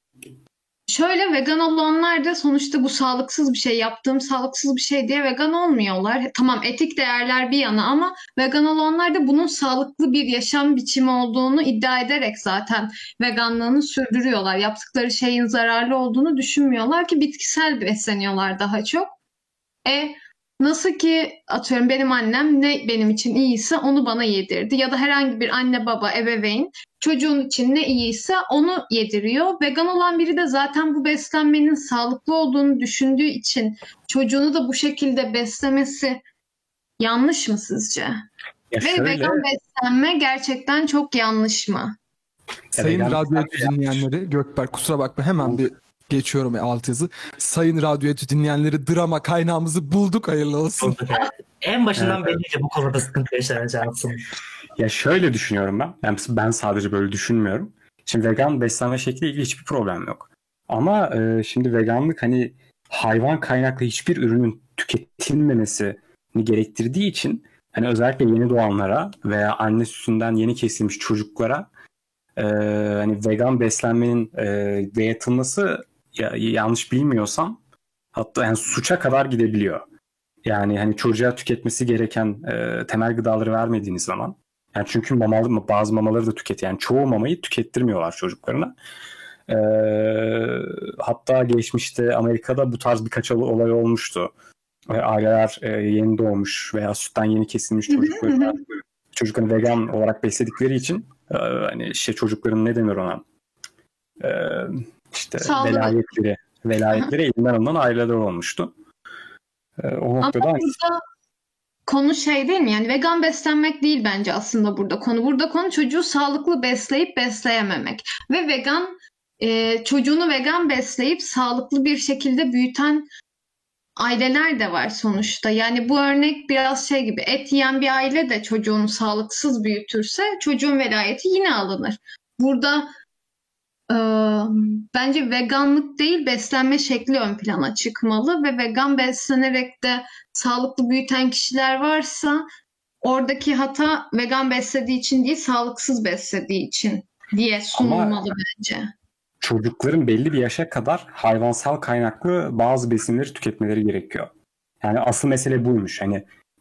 şöyle, vegan olanlar da sonuçta bu sağlıksız bir şey, yaptığım sağlıksız bir şey diye vegan olmuyorlar. Tamam, etik değerler bir yana ama vegan olanlar da bunun sağlıklı bir yaşam biçimi olduğunu iddia ederek zaten veganlığını sürdürüyorlar. Yaptıkları şeyin zararlı olduğunu düşünmüyorlar ki bitkisel besleniyorlar daha çok. E nasıl ki atıyorum benim annem ne benim için iyiyse onu bana yedirdi ya da herhangi bir anne baba ebeveyn çocuğun için ne iyiyse onu yediriyor. Vegan olan biri de zaten bu beslenmenin sağlıklı olduğunu düşündüğü için çocuğunu da bu şekilde beslemesi yanlış mı sizce? Ya Ve şöyle, vegan beslenme gerçekten çok yanlış mı? Sayın vegan Radyo beslenme Etü dinleyenleri, Gökberk kusura bakma, hemen bir geçiyorum alt yazı. Sayın Radyo Etü dinleyenleri, drama kaynağımızı bulduk, hayırlı olsun. En başından Evet. belliydi bu konuda sıkıntı yaşanacaksın. ya şöyle düşünüyorum ben. Yani ben sadece böyle düşünmüyorum. Şimdi vegan beslenme şekliyle ilgili hiçbir problem yok. Ama e, şimdi veganlık hani hayvan kaynaklı hiçbir ürünün tüketilmemesini gerektirdiği için hani özellikle yeni doğanlara veya anne sütünden yeni kesilmiş çocuklara e, hani vegan beslenmenin e, dayatılması, ya, yanlış bilmiyorsam hatta yani suça kadar gidebiliyor. Yani hani çocuğa tüketmesi gereken e, temel gıdaları vermediğiniz zaman, yani çünkü mamalı, bazı mamaları da tüketiyor. Yani çoğu mamayı tükettirmiyorlar çocuklarına. E, hatta geçmişte Amerika'da bu tarz birkaç olay olmuştu. E, aileler e, yeni doğmuş veya sütten yeni kesilmiş çocukları çocuklarını vegan olarak besledikleri için e, hani işte çocukların ne denir ona? E, işte Sağlığı. velayetleri velayetleri elinden alınan aileler olmuştu. E, o Ama noktada hani burada konu şey değil mi? Yani vegan beslenmek değil bence aslında burada konu. Burada konu çocuğu sağlıklı besleyip besleyememek. Ve vegan e, çocuğunu vegan besleyip sağlıklı bir şekilde büyüten aileler de var sonuçta. Yani bu örnek biraz şey gibi, et yiyen bir aile de çocuğunu sağlıksız büyütürse çocuğun velayeti yine alınır. Burada e, bence veganlık değil, beslenme şekli ön plana çıkmalı ve vegan beslenerek de sağlıklı büyüten kişiler varsa oradaki hata vegan beslediği için değil, sağlıksız beslediği için diye sunulmalı bence. çocukların belli bir yaşa kadar hayvansal kaynaklı bazı besinleri tüketmeleri gerekiyor. Yani asıl mesele buymuş. Hani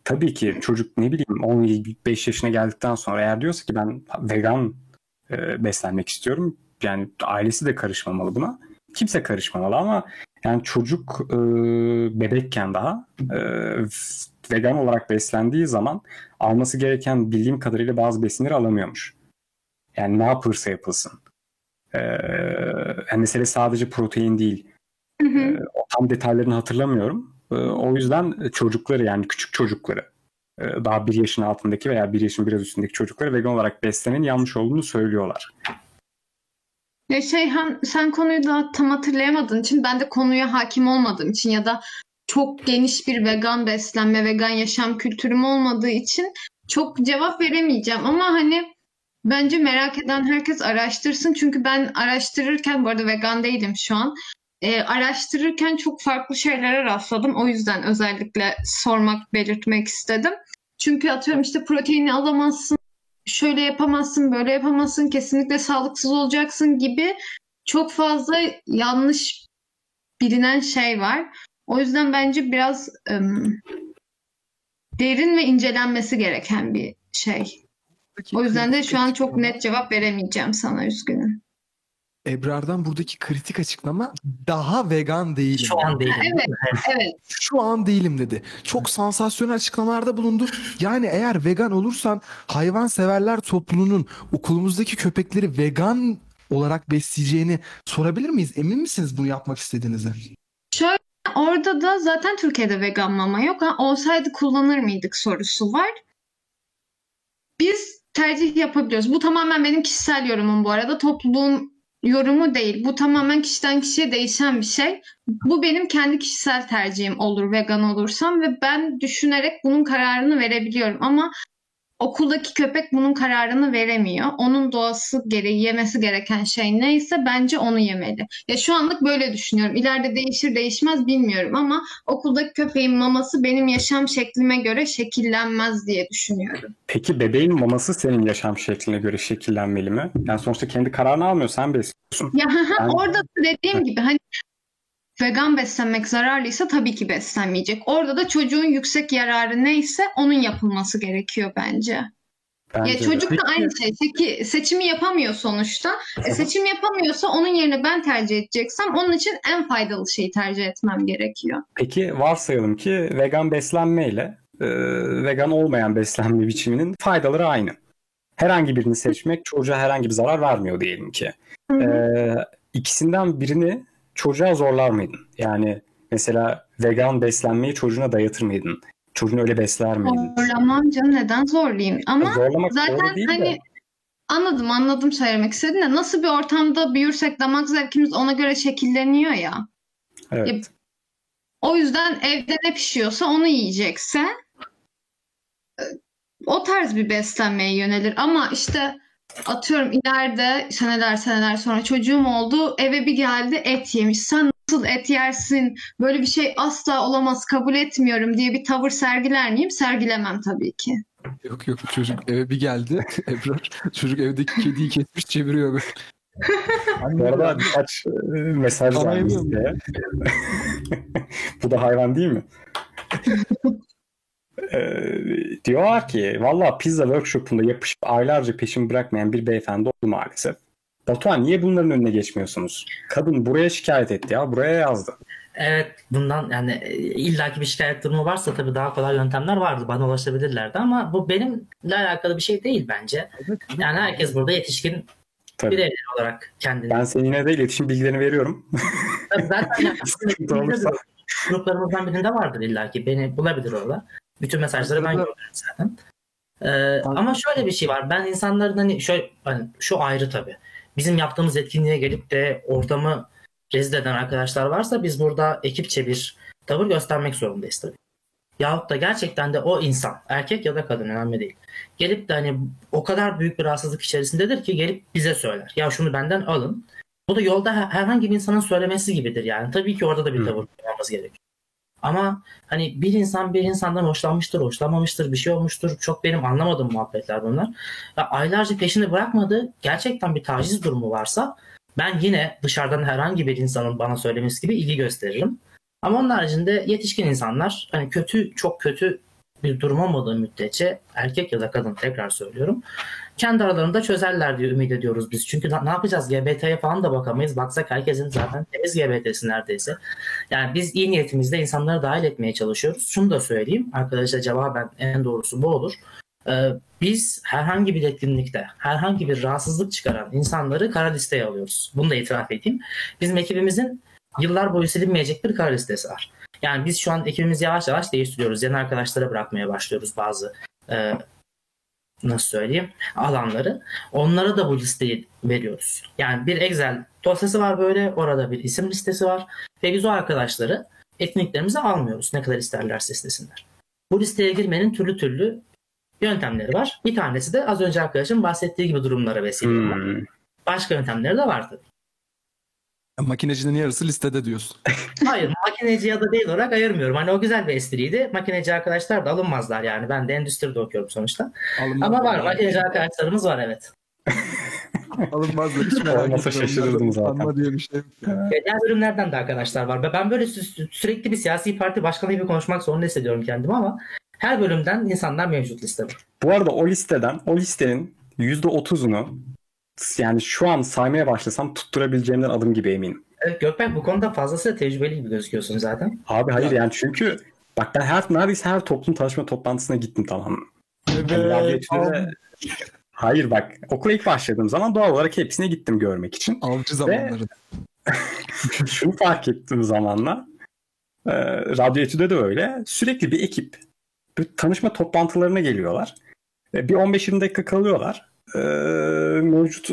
tabii ki çocuk ne bileyim on beş yaşına geldikten sonra eğer diyorsa ki ben vegan e, beslenmek istiyorum, yani ailesi de karışmamalı buna. Kimse karışmamalı ama yani çocuk e, bebekken daha e, vegan olarak beslendiği zaman alması gereken bildiğim kadarıyla bazı besinleri alamıyormuş. Yani ne yapılırsa yapılsın. E, yani mesele sadece protein değil. Hı hı. E, o tam detaylarını hatırlamıyorum. E, o yüzden çocukları, yani küçük çocukları, e, daha bir yaşın altındaki veya bir yaşın biraz üstündeki çocukları vegan olarak beslemenin yanlış olduğunu söylüyorlar. Ya Şeyhan, sen konuyu da tam hatırlayamadığın için, ben de konuya hakim olmadığım için ya da çok geniş bir vegan beslenme, vegan yaşam kültürüm olmadığı için çok cevap veremeyeceğim. Ama hani bence merak eden herkes araştırsın. Çünkü ben araştırırken, bu arada vegan değilim şu an, e, araştırırken çok farklı şeylere rastladım. O yüzden özellikle sormak, belirtmek istedim. Çünkü atıyorum işte proteini alamazsın, şöyle yapamazsın, böyle yapamazsın, kesinlikle sağlıksız olacaksın gibi çok fazla yanlış bilinen şey var. O yüzden bence biraz ım, derin ve incelenmesi gereken bir şey. O yüzden de şu an çok net cevap veremeyeceğim sana, üzgünüm. Ebrar'dan buradaki kritik açıklama daha vegan değilim. Şu an değilim. Evet, evet. Şu an değilim dedi. Çok sansasyonel açıklamalarda bulundu. Yani eğer vegan olursan hayvanseverler topluluğunun okulumuzdaki köpekleri vegan olarak besleyeceğini sorabilir miyiz? Emin misiniz bunu yapmak istediğinizi? Şöyle, orada da zaten Türkiye'de vegan mama yok. Ha, olsaydı kullanır mıydık sorusu var. Biz tercih yapabiliyoruz. Bu tamamen benim kişisel yorumum bu arada. Topluluğun yorumu değil. Bu tamamen kişiden kişiye değişen bir şey. Bu benim kendi kişisel tercihim olur vegan olursam ve ben düşünerek bunun kararını verebiliyorum. Ama okuldaki köpek bunun kararını veremiyor. Onun doğası gereği yemesi gereken şey neyse bence onu yemeli. Ya şu anlık böyle düşünüyorum. İleride değişir değişmez bilmiyorum ama okuldaki köpeğin maması benim yaşam şeklime göre şekillenmez diye düşünüyorum. Peki bebeğin maması senin yaşam şekline göre şekillenmeli mi? Yani sonuçta kendi kararını almıyor, sen besliyorsun. Ya Yani- orada da dediğim gibi hani vegan beslenmek zararlıysa tabii ki beslenmeyecek. Orada da çocuğun yüksek yararı neyse onun yapılması gerekiyor bence. Bence Ya de. çocuk da Peki- aynı şey. Peki seçimi yapamıyor sonuçta. E, seçim yapamıyorsa onun yerine ben tercih edeceksem onun için en faydalı şeyi tercih etmem gerekiyor. Peki varsayalım ki vegan beslenme ile e, vegan olmayan beslenme biçiminin faydaları aynı. Herhangi birini seçmek çocuğa herhangi bir zarar vermiyor diyelim ki. Hı hı. E, ikisinden birini çocuğa zorlar mıydın? Yani mesela vegan beslenmeyi çocuğuna dayatır mıydın? Çocuğunu öyle besler miydin? Zorlamam canım, neden zorlayayım? Ama Zorlamak zaten doğru değil de. hani anladım anladım söylemek istediğin de, nasıl bir ortamda büyürsek damak zevkimiz ona göre şekilleniyor ya. Evet. O yüzden evde ne pişiyorsa onu yiyecekse e, o tarz bir beslenmeye yönelir. Ama işte atıyorum ileride seneler seneler sonra çocuğum oldu, eve bir geldi et yemiş. Sen nasıl et yersin? Böyle bir şey asla olamaz, kabul etmiyorum diye bir tavır sergiler miyim? Sergilemem tabii ki. Yok yok, çocuk eve bir geldi. Ebrar çocuk evdeki kediyi kesmiş çeviriyor böyle. Bu arada birkaç e, mesaj Bana var yemiyor mu? bizde. Bu da hayvan değil mi? Ee, diyorlar ki valla pizza workshopunda yapışıp aylarca peşimi bırakmayan bir beyefendi oldu maalesef. Batuhan, niye bunların önüne geçmiyorsunuz? Kadın buraya şikayet etti ya. Buraya yazdı. Evet, bundan yani e, illaki bir şikayet durumu varsa tabii daha kolay yöntemler vardı. Bana ulaşabilirlerdi ama bu benimle alakalı bir şey değil bence. Yani herkes burada yetişkin Tabii. bireyler olarak kendini. Ben senin yine de iletişim bilgilerini veriyorum. Tabii zaten yani Sıkıntı olursa. gruplarımızdan birinde vardır illaki. Beni bulabilir orada. Bütün mesajları ben gördüm zaten. Ee, ama şöyle bir şey var. Ben insanların hani şöyle hani şu ayrı tabii. Bizim yaptığımız etkinliğe gelip de ortamı rezil eden arkadaşlar varsa biz burada ekipçe bir tavır göstermek zorundayız tabii. Yahut da gerçekten de o insan, erkek ya da kadın önemli değil. Gelip de hani o kadar büyük bir rahatsızlık içerisindedir ki gelip bize söyler. Ya şunu benden alın. Bu da yolda her- herhangi bir insanın söylemesi gibidir yani. Tabii ki orada da bir tavır koymamız gerekiyor. Ama hani bir insan bir insandan hoşlanmıştır, hoşlanmamıştır, bir şey olmuştur. Çok benim anlamadığım muhabbetler bunlar. Ya aylarca peşini bırakmadığı gerçekten bir taciz durumu varsa ben yine dışarıdan herhangi bir insanın bana söylemesi gibi ilgi gösteririm. Ama onun haricinde yetişkin insanlar hani kötü, çok kötü bir durum olmadığı müddetçe erkek ya da kadın, tekrar söylüyorum, kendi aralarında çözerler diye ümit ediyoruz biz. Çünkü ne yapacağız? G B T'ye falan da bakamayız. Baksak herkesin zaten temiz G B T'si neredeyse. Yani biz iyi niyetimizle insanları dahil etmeye çalışıyoruz. Şunu da söyleyeyim. Arkadaşlar cevaben en doğrusu bu olur. Ee, biz herhangi bir etkinlikte herhangi bir rahatsızlık çıkaran insanları kara listeye alıyoruz. Bunu da itiraf edeyim. Bizim ekibimizin yıllar boyu silinmeyecek bir kara listesi var. Yani biz şu an ekibimizi yavaş yavaş değiştiriyoruz. Yeni arkadaşlara bırakmaya başlıyoruz bazı e, nasıl söyleyeyim alanları. Onlara da bu listeyi veriyoruz. Yani bir Excel dosyası var böyle. Orada bir isim listesi var. Ve biz o arkadaşları etkinliklerimize almıyoruz. Ne kadar isterlerse istesinler. Bu listeye girmenin türlü türlü yöntemleri var. Bir tanesi de az önce arkadaşım bahsettiği gibi durumlara vesile. Hmm. Başka yöntemleri de var tabii. Makinecinin yarısı listede diyorsun. Hayır, makineci ya da değil olarak ayırmıyorum. Hani o güzel bir espriydi. Makineci arkadaşlar da alınmazlar yani. Ben de endüstride okuyorum sonuçta. Alınmaz Ama var, yani. makineci arkadaşlarımız var, evet. Alınmazlar. Hiç merak Olmasa etme. şaşırırdım Onlarda zaten. utanma diye bir şey yok yani. Diğer bölümlerden de arkadaşlar var. Ve ben böyle sü- sürekli bir siyasi parti başkanı gibi konuşmak zorunda hissediyorum kendimi ama her bölümden insanlar mevcut listede. Bu arada o listeden, o listenin yüzde otuzunu yani şu an saymaya başlasam tutturabileceğimden adım gibi eminim. Evet, Gökberk bu konuda fazlasıyla tecrübeli gibi gözüküyorsun zaten. Abi hayır yani çünkü bak ben her neredeyse her toplum tanışma toplantısına gittim, tamam mı? Yani radyatörde de- Hayır bak okula ilk başladığım zaman doğal olarak hepsine gittim görmek için. Avcı zamanları. Şunu fark ettiğim zamanla e, Radyo Etü'de de öyle sürekli bir ekip bir tanışma toplantılarına geliyorlar. E, bir on beş yirmi dakika kalıyorlar. E, mevcut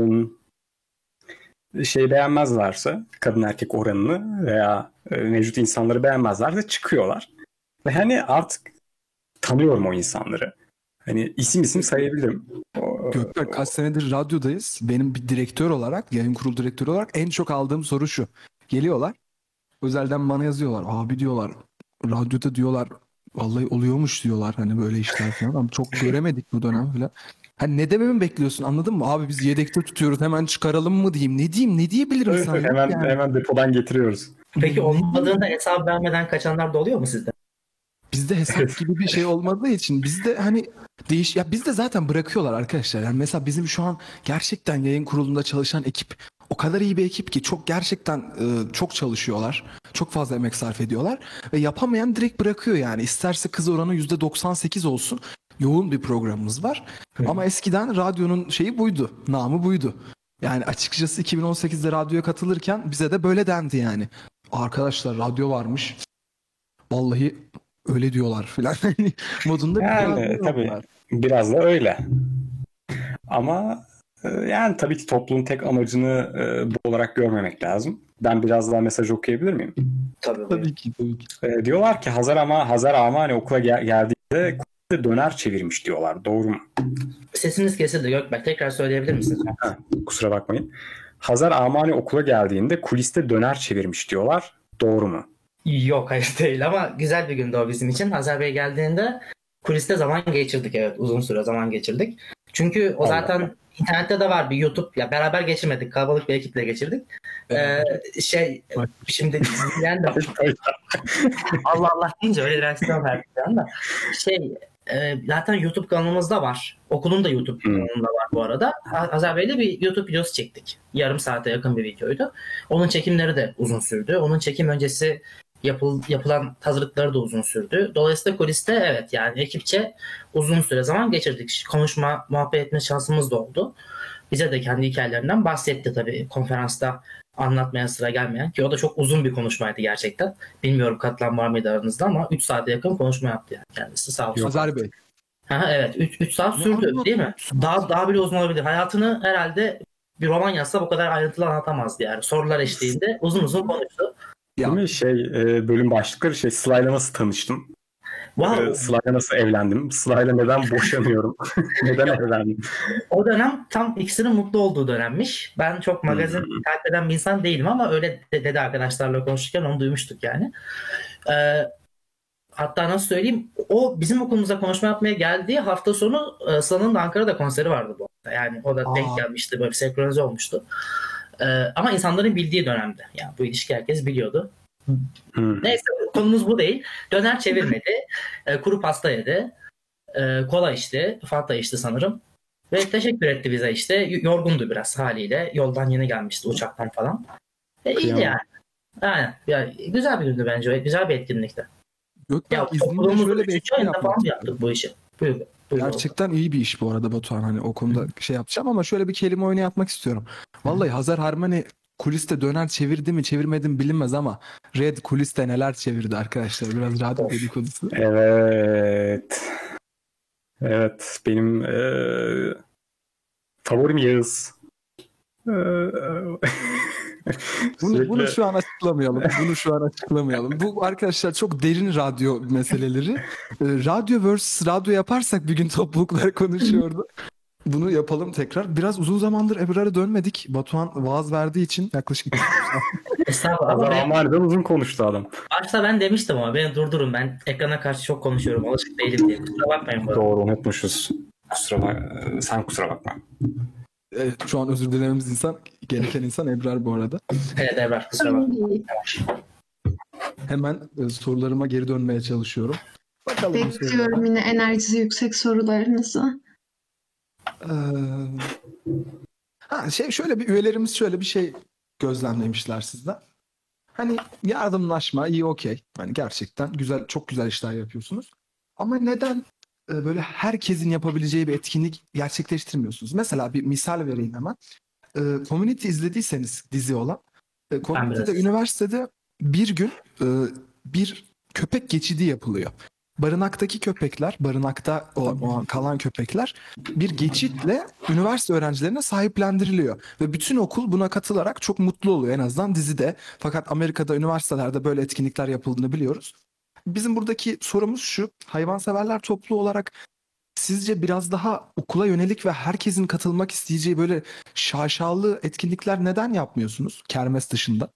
e, şey beğenmezlerse kadın erkek oranını veya e, mevcut insanları beğenmezlerse çıkıyorlar. Ve hani artık tanıyorum o insanları. Hani isim isim sayabilirim. O- Gökberk kaç senedir radyodayız. Benim bir direktör olarak, yayın kurulu direktörü olarak en çok aldığım soru şu. Geliyorlar. Özelden bana yazıyorlar. Abi diyorlar. Radyoda diyorlar. Vallahi oluyormuş diyorlar. Hani böyle işler falan. Ama çok göremedik bu dönem falan. Hani ne dememi bekliyorsun, anladın mı? Abi biz yedekte tutuyoruz, hemen çıkaralım mı diyeyim. Ne diyeyim? Ne diyebilirim Evet, sana? hemen Yani. hemen depodan getiriyoruz. Peki olmadığında hesap vermeden kaçanlar da oluyor mu sizde? Bizde hesap gibi bir şey olmadığı için bizde hani değiş ya bizde zaten bırakıyorlar arkadaşlar. Yani mesela bizim şu an gerçekten yayın kurulunda çalışan ekip o kadar iyi bir ekip ki çok gerçekten e, çok çalışıyorlar. Çok fazla emek sarf ediyorlar ve yapamayan direkt bırakıyor yani. İsterse kız oranı yüzde doksan sekiz olsun. Yoğun bir programımız var. Ama eskiden radyonun şeyi buydu. Namı buydu. Yani açıkçası iki bin on sekizde radyoya katılırken bize de böyle dendi yani. Arkadaşlar radyo varmış. Vallahi öyle diyorlar filan modunda bir Yani radyo tabii var. biraz da öyle. Ama e, yani tabii ki toplumun tek amacını e, bu olarak görmemek lazım. Ben biraz daha mesaj okuyabilir miyim? Tabii. Tabii ki tabii ki. E, diyorlar ki Hazar ama Hazar ama hani okula gel- geldiğinde kuliste döner çevirmiş diyorlar. Doğru mu? Sesiniz kesildi Gökberk. Tekrar söyleyebilir misiniz? Ha, kusura bakmayın. Hazar Amani okula geldiğinde kuliste döner çevirmiş diyorlar. Doğru mu? Yok, hayır değil ama güzel bir gündü o bizim için. Hazar Bey geldiğinde kuliste zaman geçirdik, evet, uzun süre zaman geçirdik. Çünkü o Allah zaten Allah. internette de var bir YouTube, ya beraber geçirmedik, kalabalık bir ekiple geçirdik. Ee, şey şimdi yani de Allah Allah deyince öyle reaksiyon verdik bir anda. Şey e, zaten YouTube kanalımızda var. Okulun da YouTube Hmm. kanalında var bu arada. Ha- Hazar Bey'le bir YouTube videosu çektik. Yarım saate yakın bir videoydu. Onun çekimleri de uzun sürdü. Onun çekim öncesi yapıl, yapılan hazırlıkları da uzun sürdü. Dolayısıyla kuliste evet yani ekipçe uzun süre zaman geçirdik. Konuşma, muhabbet etme şansımız da oldu. Bize de kendi hikayelerinden bahsetti tabii konferansta anlatmaya sıra gelmeyen, ki o da çok uzun bir konuşmaydı gerçekten. Bilmiyorum katılan var mıydı aranızda ama üç saate yakın konuşma yaptı yani kendisi, sağ olsun. Hazar Bey. Ha, evet üç saat Ne sürdü anlatıyorsun? değil mi? Daha daha bile uzun olabilir. Hayatını herhalde bir roman yazsa bu kadar ayrıntılı anlatamazdı yani. Sorular eşliğinde uzun uzun konuştu. Ya, Değil mi? Şey e, bölüm başlıkları şey Sıla'yla nasıl tanıştım? Wow. E, Sıla'yla nasıl evlendim? Sıla'yla neden boşanıyorum? Neden evlendim? O dönem tam ikisinin mutlu olduğu dönemmiş. Ben çok magazin Hmm. takip eden bir insan değilim ama öyle de- dedi arkadaşlarla konuşurken onu duymuştuk yani. Ee, hatta nasıl söyleyeyim, o bizim okulumuza konuşma yapmaya geldiği hafta sonu e, Sıla'nın da Ankara'da konseri vardı bu arada. Yani o da Aa. denk gelmişti, böyle bir senkronize olmuştu. Ee, ama insanların bildiği dönemde. Yani bu ilişki herkes biliyordu. Hmm. Neyse konumuz bu değil. Döner çevirmedi. E, kuru pasta yedi. E, kola içti. Fanta içti sanırım. Ve teşekkür etti bize işte. Yorgundu biraz haliyle. Yoldan yeni gelmişti uçaktan falan. E, iyiydi Kıyamam. yani. Aynen. Ya, güzel bir gündü bence. Güzel bir etkinlikti. Gökmen Ya izninle topluluğumuzun şöyle bir üçüncü etki ayında yapmak falan yaptık bu işi. Buyur. Buyur. Gerçekten iyi bir iş bu arada Batuhan, hani o konuda şey yapacağım ama şöyle bir kelime oyunu yapmak istiyorum. Vallahi Hazar Harmani kuliste döner çevirdi mi çevirmedi mi bilinmez ama Red kuliste neler çevirdi arkadaşlar, biraz radyo Of. dedikodusu. Evet. Evet. Benim eee favorim Yağız. Eee, Bunu, sürekli- bunu şu an açıklamayalım. Bunu şu an açıklamayalım. Bu arkadaşlar çok derin radyo meseleleri. Ee, radyo versus radyo yaparsak bir gün topluluklar konuşuyordu. Bunu yapalım tekrar. Biraz uzun zamandır Ebrar'a dönmedik. Batuhan vaaz verdiği için yaklaşık iki Estağfurullah. Hazar Ben- Almanya'dan uzun konuştu adam. Başta ben demiştim ama beni durdurun. Ben ekrana karşı çok konuşuyorum. Alışık değilim diye. Kusura bakmayın bu arada. Doğru, unutmuşuz. Kusura bak, sen kusura bakma. Evet, şu an özür dilememiz insan, gereken insan Ebrar bu arada. Evet Ebrar kusura bakma. Hemen e, sorularıma geri dönmeye çalışıyorum. Bakalım bu sorulara. Bekliyorum yine enerjisi yüksek sorularınızı. Ee, ha şey şöyle bir üyelerimiz şöyle bir şey gözlemlemişler sizden. Hani yardımlaşma iyi, okey. Hani gerçekten güzel, çok güzel işler yapıyorsunuz. Ama neden e, böyle herkesin yapabileceği bir etkinlik gerçekleştirmiyorsunuz? Mesela bir misal vereyim hemen. E, Community izlediyseniz dizi olan. E, Community'de biraz. üniversitede bir gün e, bir köpek geçidi yapılıyor. Barınaktaki köpekler, barınakta o, o an kalan köpekler bir geçitle üniversite öğrencilerine sahiplendiriliyor. Ve bütün okul buna katılarak çok mutlu oluyor, en azından dizide. Fakat Amerika'da üniversitelerde böyle etkinlikler yapıldığını biliyoruz. Bizim buradaki sorumuz şu: hayvanseverler topluluğu olarak sizce biraz daha okula yönelik ve herkesin katılmak isteyeceği böyle şaşalı etkinlikler neden yapmıyorsunuz kermes dışında?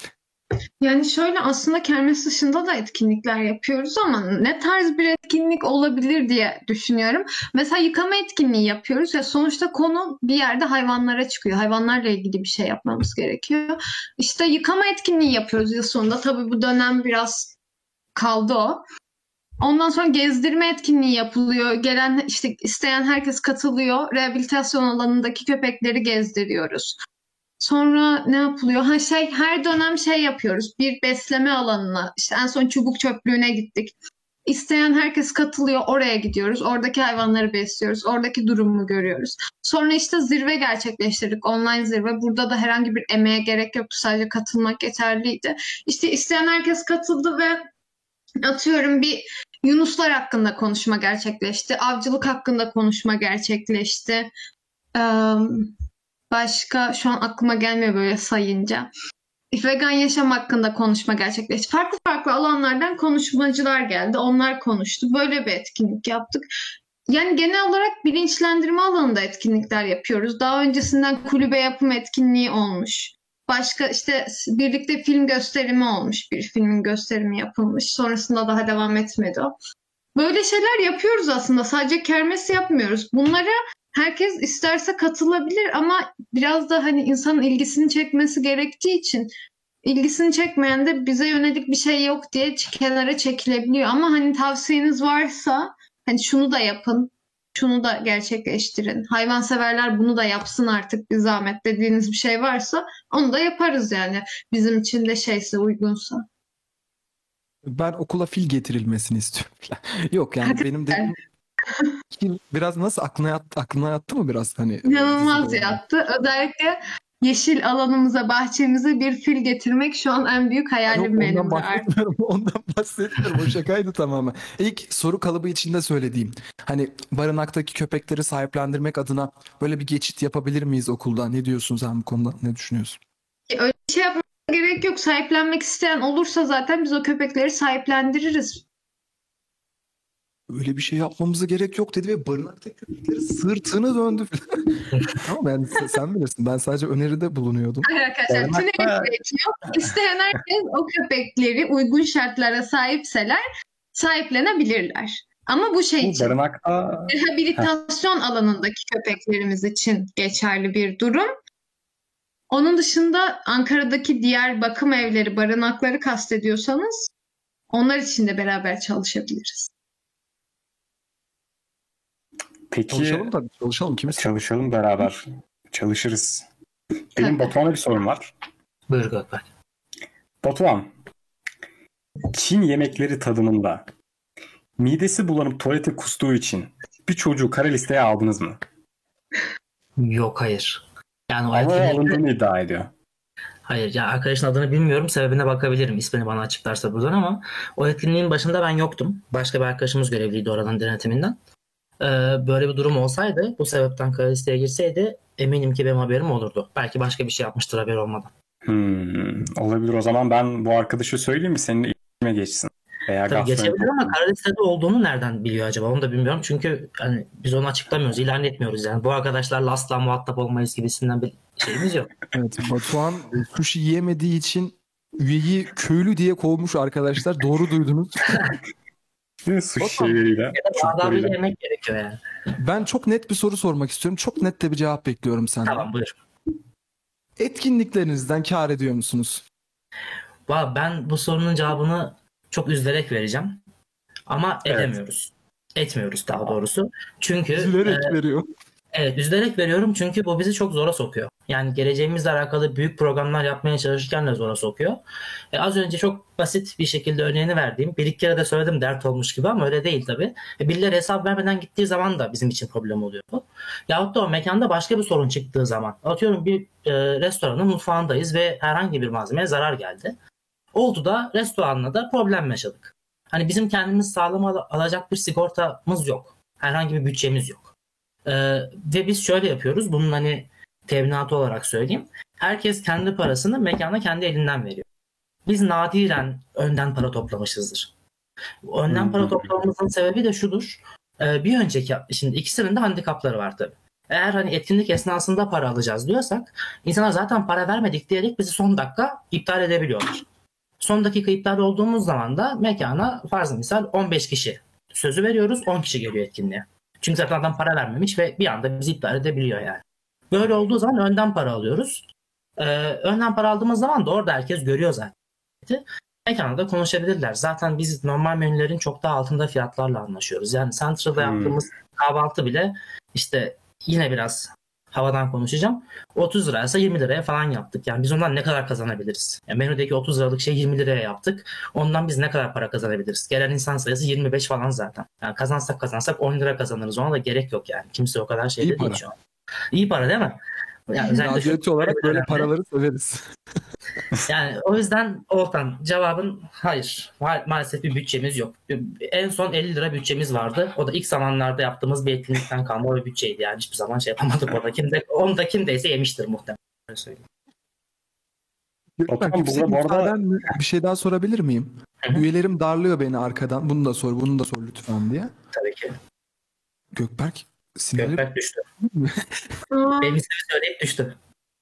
Yani şöyle, aslında kermes dışında da etkinlikler yapıyoruz ama ne tarz bir etkinlik olabilir diye düşünüyorum. Mesela yıkama etkinliği yapıyoruz ya, sonuçta konu bir yerde hayvanlara çıkıyor. Hayvanlarla ilgili bir şey yapmamız gerekiyor. İşte yıkama etkinliği yapıyoruz yıl sonunda. Tabii bu dönem biraz kaldı o. Ondan sonra gezdirme etkinliği yapılıyor. Gelen işte isteyen herkes katılıyor. Rehabilitasyon alanındaki köpekleri gezdiriyoruz. Sonra ne yapılıyor? Ha şey, her dönem şey yapıyoruz. Bir besleme alanına, işte en son çubuk çöplüğüne gittik. İsteyen herkes katılıyor. Oraya gidiyoruz. Oradaki hayvanları besliyoruz. Oradaki durumu görüyoruz. Sonra işte zirve gerçekleştirdik. Online zirve. Burada da herhangi bir emeğe gerek yoktu. Sadece katılmak yeterliydi. İşte isteyen herkes katıldı ve atıyorum bir yunuslar hakkında konuşma gerçekleşti. Avcılık hakkında konuşma gerçekleşti. Ee, Başka şu an aklıma gelmiyor böyle sayınca. Vegan yaşam hakkında konuşma gerçekleşti. Farklı farklı alanlardan konuşmacılar geldi. Onlar konuştu. Böyle bir etkinlik yaptık. Yani genel olarak bilinçlendirme alanında etkinlikler yapıyoruz. Daha öncesinden kulübe yapım etkinliği olmuş. Başka işte birlikte film gösterimi olmuş. Bir filmin gösterimi yapılmış. Sonrasında daha devam etmedi o. Böyle şeyler yapıyoruz aslında. Sadece kermes yapmıyoruz. Bunlara herkes isterse katılabilir ama biraz da hani insanın ilgisini çekmesi gerektiği için ilgisini çekmeyen de bize yönelik bir şey yok diye kenara çekilebiliyor. Ama hani tavsiyeniz varsa hani şunu da yapın, şunu da gerçekleştirin. Hayvanseverler bunu da yapsın artık bir zahmet dediğiniz bir şey varsa onu da yaparız yani. Bizim için de şeyse, uygunsa. Ben okula fil getirilmesini istiyorum. Yok yani Hadi benim dediğim fil biraz nasıl aklına yattı, aklına yattı mı biraz hani? İnanılmaz dizide olan? yattı. Özellikle yeşil alanımıza, bahçemize bir fil getirmek şu an en büyük Yok, hayalim benim ondan de artık. bahsetmiyorum. Ondan bahsetmiyorum. O şakaydı tamamen. İlk soru kalıbı içinde söylediğim. Hani barınaktaki köpekleri sahiplendirmek adına böyle bir geçit yapabilir miyiz okulda? Ne diyorsun sen bu konuda? Ne düşünüyorsun? Öyle bir şey yapmaya gerek yok. Sahiplenmek isteyen olursa zaten biz o köpekleri sahiplendiririz. Öyle bir şey yapmamıza gerek yok dedi ve barınaktaki köpekleri sırtını döndü falan. Ama ben sen bilirsin. Ben sadece öneride bulunuyordum. Hayır arkadaşlar, Barınakta- tüne gerek yok. İsteyen herkes o köpekleri uygun şartlara sahipseler sahiplenebilirler. Ama bu şey Bu için, barınakta rehabilitasyon alanındaki köpeklerimiz için geçerli bir durum. Onun dışında Ankara'daki diğer bakım evleri, barınakları kastediyorsanız Onlar için de beraber çalışabiliriz. Peki Çalışalım da çalışalım. Kimiz? çalışalım beraber. Çalışırız. Benim Tabii. Batuhan'a bir sorum var. Buyur Gökberk. Batuhan, Çin yemekleri tadımında midesi bulanıp tuvalete kustuğu için bir çocuğu kara listeye aldınız mı? Yok, hayır. Yani o Ama etkinlikte... alındığını iddia ediyor. Hayır, ya arkadaşın adını bilmiyorum. Sebebine bakabilirim. İsmini bana açıklarsa buradan ama o etkinliğin başında ben yoktum. Başka bir arkadaşımız görevliydi oranın denetiminden. Ee, böyle bir durum olsaydı, bu sebepten kara listeye girseydi eminim ki benim haberim olurdu. Belki başka bir şey yapmıştır haberi olmadan. Hmm, olabilir. O zaman ben bu arkadaşı söyleyeyim mi? Seninle iletişime geçsin. Veya Tabii gastronomi geçebilir ama kara listede olduğunu nereden biliyor acaba? Onu da bilmiyorum. Çünkü hani biz onu açıklamıyoruz, ilan etmiyoruz yani. Bu arkadaşlarla asla muhatap olmayız gibisinden bir şeyimiz yok. Evet, Batuhan e, sushi yiyemediği için üyeyi köylü diye kovmuş arkadaşlar. Doğru duydunuz. sushi Batuhan, şeyleriyle. Ya da adabıyla çocuklarıyla. yemek gerekiyor yani. Ben çok net bir soru sormak istiyorum. Çok net de bir cevap bekliyorum senden. Tamam, buyur. Etkinliklerinizden kâr ediyor musunuz? Valla ben bu sorunun cevabını çok üzülerek vereceğim. Ama Evet. edemiyoruz. Etmiyoruz daha doğrusu. Çünkü Üzülerek e, veriyor. evet, üzülerek veriyorum çünkü bu bizi çok zora sokuyor. Yani geleceğimizle alakalı büyük programlar yapmaya çalışırken de zora sokuyor. E, az önce çok basit bir şekilde örneğini verdiğim, bir iki kere de söyledim dert olmuş gibi ama öyle değil tabii. E, birileri hesap vermeden gittiği zaman da bizim için problem oluyor bu. Yahut da o mekanda başka bir sorun çıktığı zaman. Atıyorum bir e, restoranın mutfağındayız ve herhangi bir malzemeye zarar geldi. Oldu da restoranla da problem yaşadık. Hani bizim kendimiz sağlam al- alacak bir sigortamız yok. Herhangi bir bütçemiz yok. Ee, ve biz şöyle yapıyoruz. Bunun hani teminatı olarak söyleyeyim. Herkes kendi parasını mekana kendi elinden veriyor. Biz nadiren önden para toplamışızdır. Önden para toplamamızın sebebi de şudur. Ee, bir önceki, şimdi ikisinin de handikapları var tabii. Eğer hani etkinlik esnasında para alacağız diyorsak, insanlar zaten para vermedik diyerek bizi son dakika iptal edebiliyorlar. Son dakika iptal olduğumuz zaman da mekana farzı misal on beş kişi sözü veriyoruz, on kişi geliyor etkinliğe. Çünkü zaten adam para vermemiş ve bir anda bizi iptal edebiliyor yani. Böyle olduğu zaman önden para alıyoruz. Ee, önden para aldığımız zaman da orada herkes görüyor zaten. Mekanda da konuşabilirler. Zaten biz normal menülerin çok daha altında fiyatlarla anlaşıyoruz. Yani Central'da Hmm. yaptığımız kahvaltı bile işte yine biraz havadan konuşacağım. otuz liraysa yirmi liraya falan yaptık. Yani biz ondan ne kadar kazanabiliriz? Yani menüdeki otuz liralık şey yirmi liraya yaptık. Ondan biz ne kadar para kazanabiliriz? Gelen insan sayısı yirmi beş falan zaten. Yani kazansak kazansak on lira kazanırız. Ona da gerek yok yani. Kimse o kadar şey İyi değil para. şu an. İyi para değil mi? Yani özellikle şu- Adiyeti olarak böyle önemli. paraları severiz. Yani o yüzden Oltan cevabın hayır. Ma- maalesef bir bütçemiz yok. En son elli lira bütçemiz vardı. O da ilk zamanlarda yaptığımız bir etkinlikten kalma bir bütçeydi yani. Hiçbir zaman şey yapamadık orada. Kim de, onu da kimdeyse yemiştir muhtemelen. Öyle söyleyeyim. Gökberk, Batuhan, yüksek bu- bu arada- müsaadenle bir şey daha sorabilir miyim? Hı hı. Üyelerim darlıyor beni arkadan. Bunu da sor, bunu da sor lütfen diye. Tabii ki. Gökberk sinirli Gökberk düştü. Aa, Benim ismimi söyleyip düştü.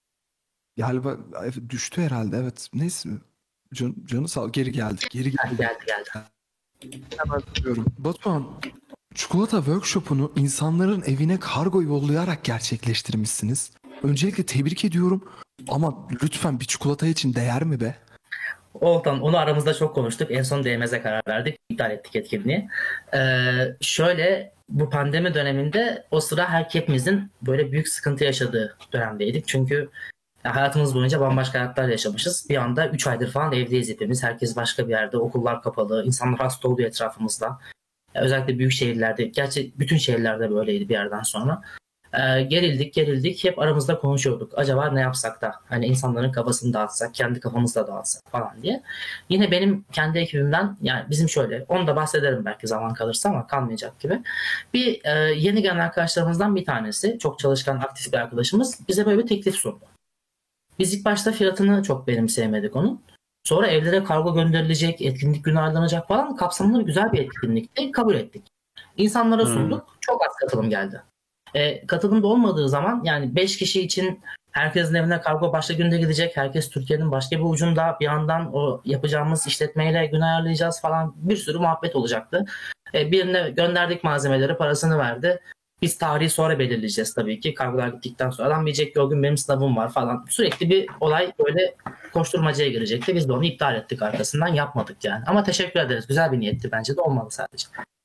galiba evet, düştü herhalde. Evet. Neyse. Can, canı sağ geri geldi. Geri Ha, geldi. geldi geldi. Hemen soruyorum. Batuhan, çikolata workshop'unu insanların evine kargo yollayarak gerçekleştirmişsiniz. Öncelikle tebrik ediyorum ama lütfen bir çikolata için değer mi be? Oltan, onu aramızda çok konuştuk. En son değmeze karar verdik. İptal ettik etkinliği. Ee, şöyle bu pandemi döneminde o sıra her hepimizin böyle büyük sıkıntı yaşadığı dönemdeydik. Çünkü ya hayatımız boyunca bambaşka hayatlar yaşamışız. Bir anda üç aydır falan evdeyiz hepimiz. Herkes başka bir yerde. Okullar kapalı. İnsanlar hasta oluyor etrafımızda. Ya özellikle büyük şehirlerde. Gerçi bütün şehirlerde böyleydi bir yerden sonra. Ee, gerildik gerildik. Hep aramızda konuşuyorduk. Acaba ne yapsak da hani insanların kafasını dağıtsak, kendi kafamızda dağıtsak falan diye. Yine benim kendi ekibimden, yani bizim şöyle, onu da bahsederim belki zaman kalırsa ama kalmayacak gibi. Bir e, yeni gelen arkadaşlarımızdan bir tanesi, çok çalışkan aktif bir arkadaşımız, bize böyle bir teklif sundu. Biz ilk başta fiyatını çok benimseyemedik onun. Sonra evlere kargo gönderilecek, etkinlik günü ayarlanacak falan, kapsamlı güzel bir etkinlikti. Kabul ettik. İnsanlara sunduk. Çok az katılım geldi. E, katılım da olmadığı zaman, yani beş kişi için herkesin evine kargo başka günde gidecek. Herkes Türkiye'nin başka bir ucunda, bir yandan o yapacağımız işletmeyle gün ayarlayacağız falan, bir sürü muhabbet olacaktı. E, birine gönderdik malzemeleri, parasını verdi. Biz tarihi sonra belirleyeceğiz tabii ki. Kargolar gittikten sonra. Adam diyecek ki o gün benim sınavım var falan. Sürekli bir olay böyle koşturmacaya girecekti. Biz de onu iptal ettik arkasından. Yapmadık yani. Ama teşekkür ederiz. Güzel bir niyetti bence de, olmalı sadece.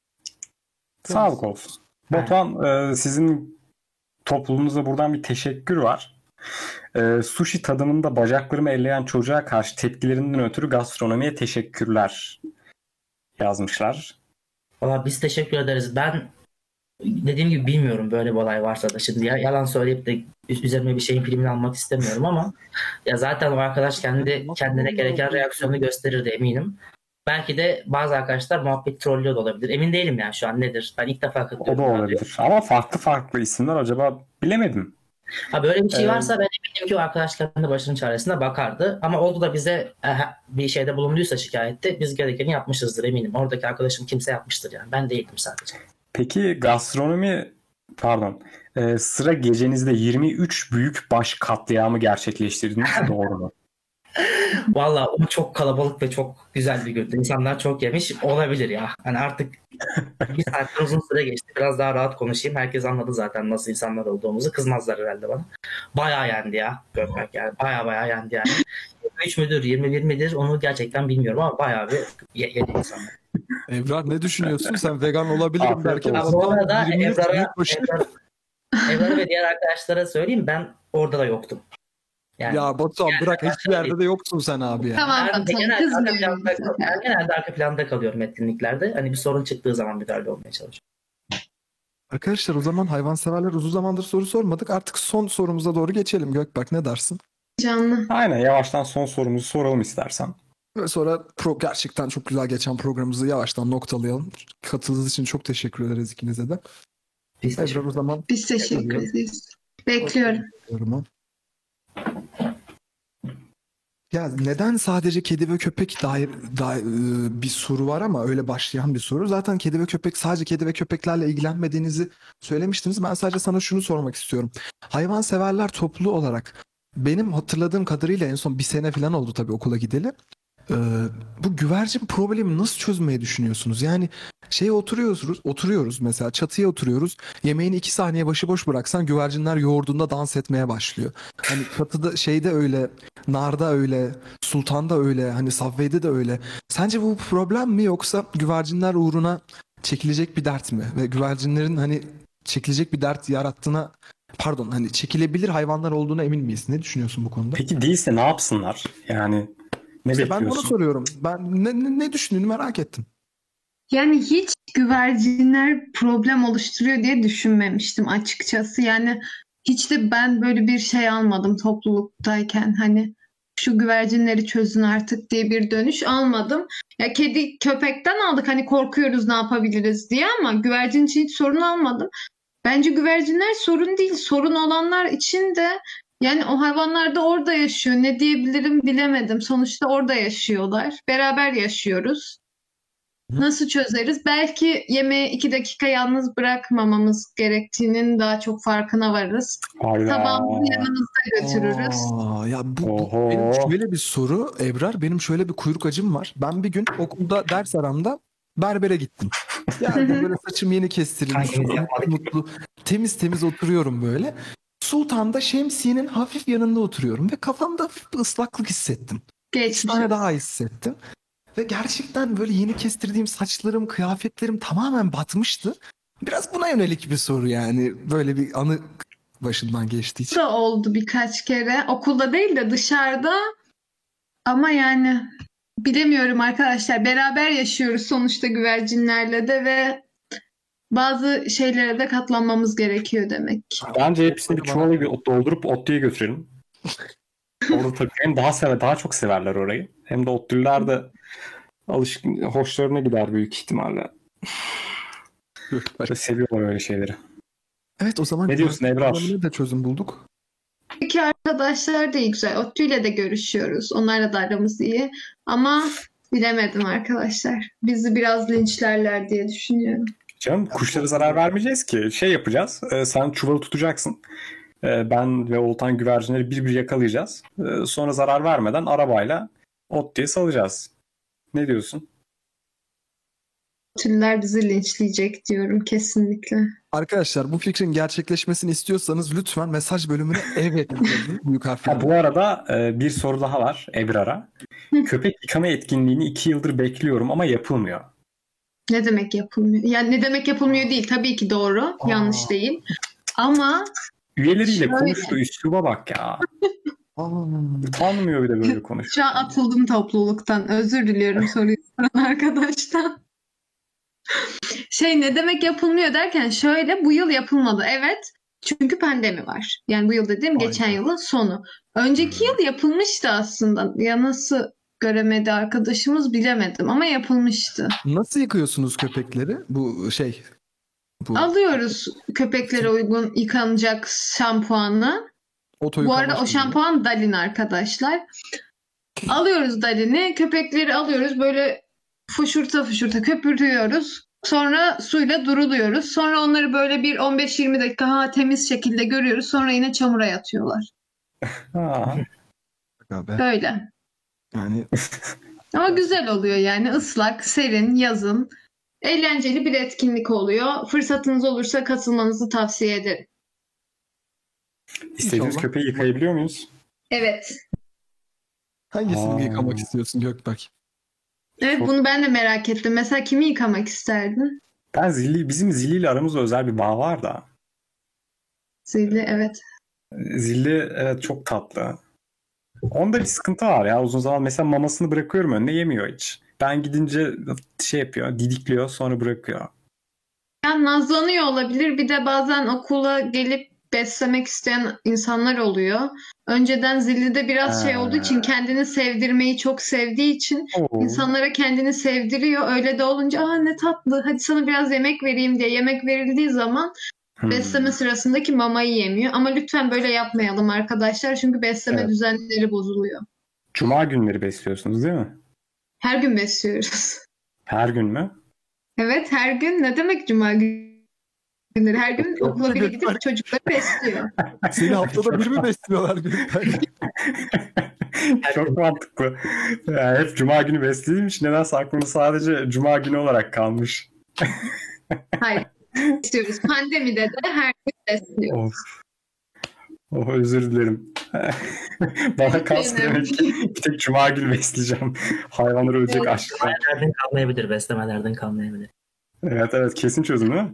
Sağlık olsun. Batuhan, e, sizin topluluğunuza buradan bir teşekkür var. E, sushi tadımında bacaklarımı elleyen çocuğa karşı tepkilerinden ötürü gastronomiye teşekkürler yazmışlar. Valla biz teşekkür ederiz. Ben dediğim gibi bilmiyorum böyle bir olay varsa da. Şimdi ya- yalan söyleyip de üzerime bir şeyin primini almak istemiyorum ama ya zaten o arkadaş kendi kendine gereken reaksiyonu gösterirdi eminim. Belki de bazı arkadaşlar muhabbet trollüyor da olabilir. Emin değilim yani şu an nedir. Ben ilk defa O katılıyorum. da olabilir. Ama farklı farklı isimler acaba bilemedim. Ha, böyle bir şey Ee, varsa ben eminim ki o arkadaşların da başının çaresine bakardı. Ama oldu da bize e, bir şeyde bulunduysa şikayette biz gerekeni yapmışızdır eminim. Oradaki arkadaşım kimse yapmıştır yani. Ben değildim sadece. Peki gastronomi pardon e, sıra gecenizde yirmi üç büyük baş katliamı gerçekleştirdiniz doğru mu? Valla o çok kalabalık ve çok güzel bir gündü. İnsanlar çok yemiş. Olabilir ya. Hani artık bir saatten uzun süre geçti. Biraz daha rahat konuşayım. Herkes anladı zaten nasıl insanlar olduğumuzu. Kızmazlar herhalde bana. Bayağı yendi ya. Gökberk yani. Bayağı bayağı yendi yani. yirmi üç müdür, yirmi bir midir onu gerçekten bilmiyorum ama bayağı bir ye- yedi insanlar. Ebrar ne düşünüyorsun? Sen vegan olabilirim Afiyet derken olsun. Ha, bu adam arada yirmi üç Ebrar'a, büyük başı- Ebrar, Ebrar'a ve diğer arkadaşlara söyleyeyim, ben orada da yoktum. Yani Ya Batuhan bırak, hiçbir yerde de yoksun sen abi ya. Tamam ben, tamam genelde arka kızmıyorum. planda, ben genelde arka planda kalıyorum etkinliklerde. Hani bir sorun çıktığı zaman müdahale olmaya çalışıyorum. Arkadaşlar o zaman hayvanseverler uzun zamandır soru sormadık. Artık son sorumuza doğru geçelim. Gökberk ne dersin? Canlı. Aynen, yavaştan son sorumuzu soralım istersen. Ve sonra pro, gerçekten çok güzel geçen programımızı yavaştan noktalayalım. Katıldığınız için çok teşekkür ederiz ikinize de. Biz Ebrar o zaman Biz teşekkür ederiz. Bekliyorum. Yoruma. Ya neden sadece kedi ve köpek dair, dair e, bir soru var ama öyle başlayan bir soru. Zaten kedi ve köpek, sadece kedi ve köpeklerle ilgilenmediğinizi söylemiştiniz. Ben sadece sana şunu sormak istiyorum. Hayvanseverler topluluğu olarak benim hatırladığım kadarıyla en son bir sene falan oldu tabii okula gideli. Ee, bu güvercin problemi nasıl çözmeyi düşünüyorsunuz? Yani şeye oturuyoruz, oturuyoruz mesela çatıya oturuyoruz. Yemeğini iki saniye başıboş bıraksan güvercinler yoğurdunda dans etmeye başlıyor. Hani çatıda şeyde öyle, narda öyle, sultanda öyle, hani Subway'de de öyle. Sence bu problem mi yoksa güvercinler uğruna çekilecek bir dert mi? Ve güvercinlerin hani çekilecek bir dert yarattığına, pardon hani çekilebilir hayvanlar olduğuna emin miyiz? Ne düşünüyorsun bu konuda? Peki değilse ne yapsınlar? Yani ne İşte ben de onu bekliyorsun? soruyorum. Ben ne, ne, ne düşündüğünü merak ettim. Yani hiç güvercinler problem oluşturuyor diye düşünmemiştim açıkçası. Yani hiç de ben böyle bir şey almadım topluluktayken, hani şu güvercinleri çözün artık diye bir dönüş almadım. Ya kedi köpekten aldık hani korkuyoruz ne yapabiliriz diye, ama güvercin için hiç sorun almadım. Bence güvercinler sorun değil. Sorun olanlar için de, yani o hayvanlar da orada yaşıyor. Ne diyebilirim bilemedim. Sonuçta orada yaşıyorlar. Beraber yaşıyoruz. Nasıl çözeriz? Belki yemeği iki dakika yalnız bırakmamamız gerektiğinin daha çok farkına varırız. Hayda. Tabağımızı yanımızda götürürüz. Aa, ya bu, bu Oho. benim şöyle bir soru Ebrar. Benim şöyle bir kuyruk acım var. Ben bir gün okulda ders aramda berbere gittim. Geldim böyle saçım yeni kestirilmiş. Hangimiz yapmadık? Mutlu, temiz temiz oturuyorum böyle. Sultan'da şemsiyenin hafif yanında oturuyorum ve kafamda hafif bir ıslaklık hissettim. Bir Geçmiş. tane daha hissettim. Ve gerçekten böyle yeni kestirdiğim saçlarım, kıyafetlerim tamamen batmıştı. Biraz buna yönelik bir soru yani. Böyle bir anı başından geçtiği için. Da oldu birkaç kere. Okulda değil de dışarıda. Ama yani bilemiyorum arkadaşlar. Beraber yaşıyoruz sonuçta güvercinlerle de ve bazı şeylere de katlanmamız gerekiyor demek. Bence hepsini bir çuvala gö- doldurup Otlu'ya götürelim. Orada tabii hem daha sever, daha çok severler orayı. Hem de Otlu'lular da alışkın, hoşlarına gider büyük ihtimalle. Ve seviyorlar öyle şeyleri. Evet o zaman Ne diyorsun Ebrar? problemine de çözüm bulduk. Peki arkadaşlar da iyi, güzel. Ottu ile de görüşüyoruz. Onlarla da aramız iyi. Ama bilemedim arkadaşlar. Bizi biraz linçlerler diye düşünüyorum. Canım kuşlara zarar vermeyeceğiz ki. Şey yapacağız. e, sen çuvalı tutacaksın. E, ben ve Oltan güvercinleri bir bir yakalayacağız. E, sonra zarar vermeden arabayla ot diye salacağız. Ne diyorsun? Türler bizi linçleyecek diyorum kesinlikle. Arkadaşlar bu fikrin gerçekleşmesini istiyorsanız lütfen mesaj bölümüne evet yazın büyük Ha, harflerle. bu arada e, bir soru daha var Ebrar'a. Köpek yıkama etkinliğini iki yıldır bekliyorum ama yapılmıyor. Ne demek yapılmıyor? Yani ne demek yapılmıyor değil. Tabii ki doğru. Aa. Yanlış değil. Ama Üyeleriyle Şöyle. konuştu. Üsluba bak ya. Aa, Utanmıyor bir de böyle konuşuyor. şu an atıldım topluluktan. Özür diliyorum soruyu soran arkadaştan. Şey ne demek yapılmıyor derken şöyle bu yıl yapılmadı. Evet. Çünkü pandemi var. Yani bu yıl dediğim Aynen. geçen yılın sonu. Önceki yıl yapılmıştı aslında. Ya nasıl göremedi arkadaşımız bilemedim ama yapılmıştı. nasıl yıkıyorsunuz köpekleri? Bu şey. Bu Alıyoruz köpeklere uygun yıkanacak şampuanı. oto Bu yıkama arada o şeyi. şampuan Dalin arkadaşlar. Alıyoruz Dalin'i, köpekleri alıyoruz böyle fışırta fışırta köpürtüyoruz. Sonra suyla duruluyoruz. Sonra onları böyle bir on beş yirmi dakika ha, temiz şekilde görüyoruz. Sonra yine çamura yatıyorlar. Ha. Be. Böyle. Yani Ama güzel oluyor yani ıslak, serin, yazın. Eğlenceli bir etkinlik oluyor. Fırsatınız olursa katılmanızı tavsiye ederim. İstediğiniz İnşallah. köpeği yıkayabiliyor muyuz? Evet. hangisini Aa. yıkamak istiyorsun Gökberk? Evet Çok- bunu ben de merak ettim. Mesela kimi yıkamak isterdin? Ben Zilli, bizim Zilli ile aramızda özel bir bağ var da. Zilli evet. Zilli evet çok tatlı. Onda bir sıkıntı var ya. Uzun zaman mesela mamasını bırakıyorum önüne yemiyor hiç. Ben gidince şey yapıyor, didikliyor sonra bırakıyor. Yani nazlanıyor olabilir. Bir de bazen okula gelip beslemek isteyen insanlar oluyor. Önceden Zilli'de biraz şey olduğu için kendini sevdirmeyi çok sevdiği için Oo. insanlara kendini sevdiriyor. Öyle de olunca aa ne tatlı hadi sana biraz yemek vereyim diye yemek verildiği zaman Hmm. besleme sırasındaki mamayı yemiyor. Ama lütfen böyle yapmayalım arkadaşlar. Çünkü besleme Evet. düzenleri bozuluyor. Cuma günleri besliyorsunuz değil mi? Her gün besliyoruz. Her gün mü? Evet her gün ne demek cuma günleri? Her gün okula biri gidip çocukları besliyor. Seni haftada bir mi besliyorlar Gökberk? Çok mantıklı. Yani hep Cuma günü beslediğim için nedense aklımda sadece Cuma günü olarak kalmış. Hayır. Besliyoruz. Pandemide de her gün besliyor. Of. Oh, özür dilerim. Bana kalsın demek ki bir tek Cuma günü besleyeceğim. Hayvanlar ölecek Evet. açlıktan. Derdin kalmayabilir. Besleme derdin kalmayabilir. Evet evet kesin çözüm değil mi?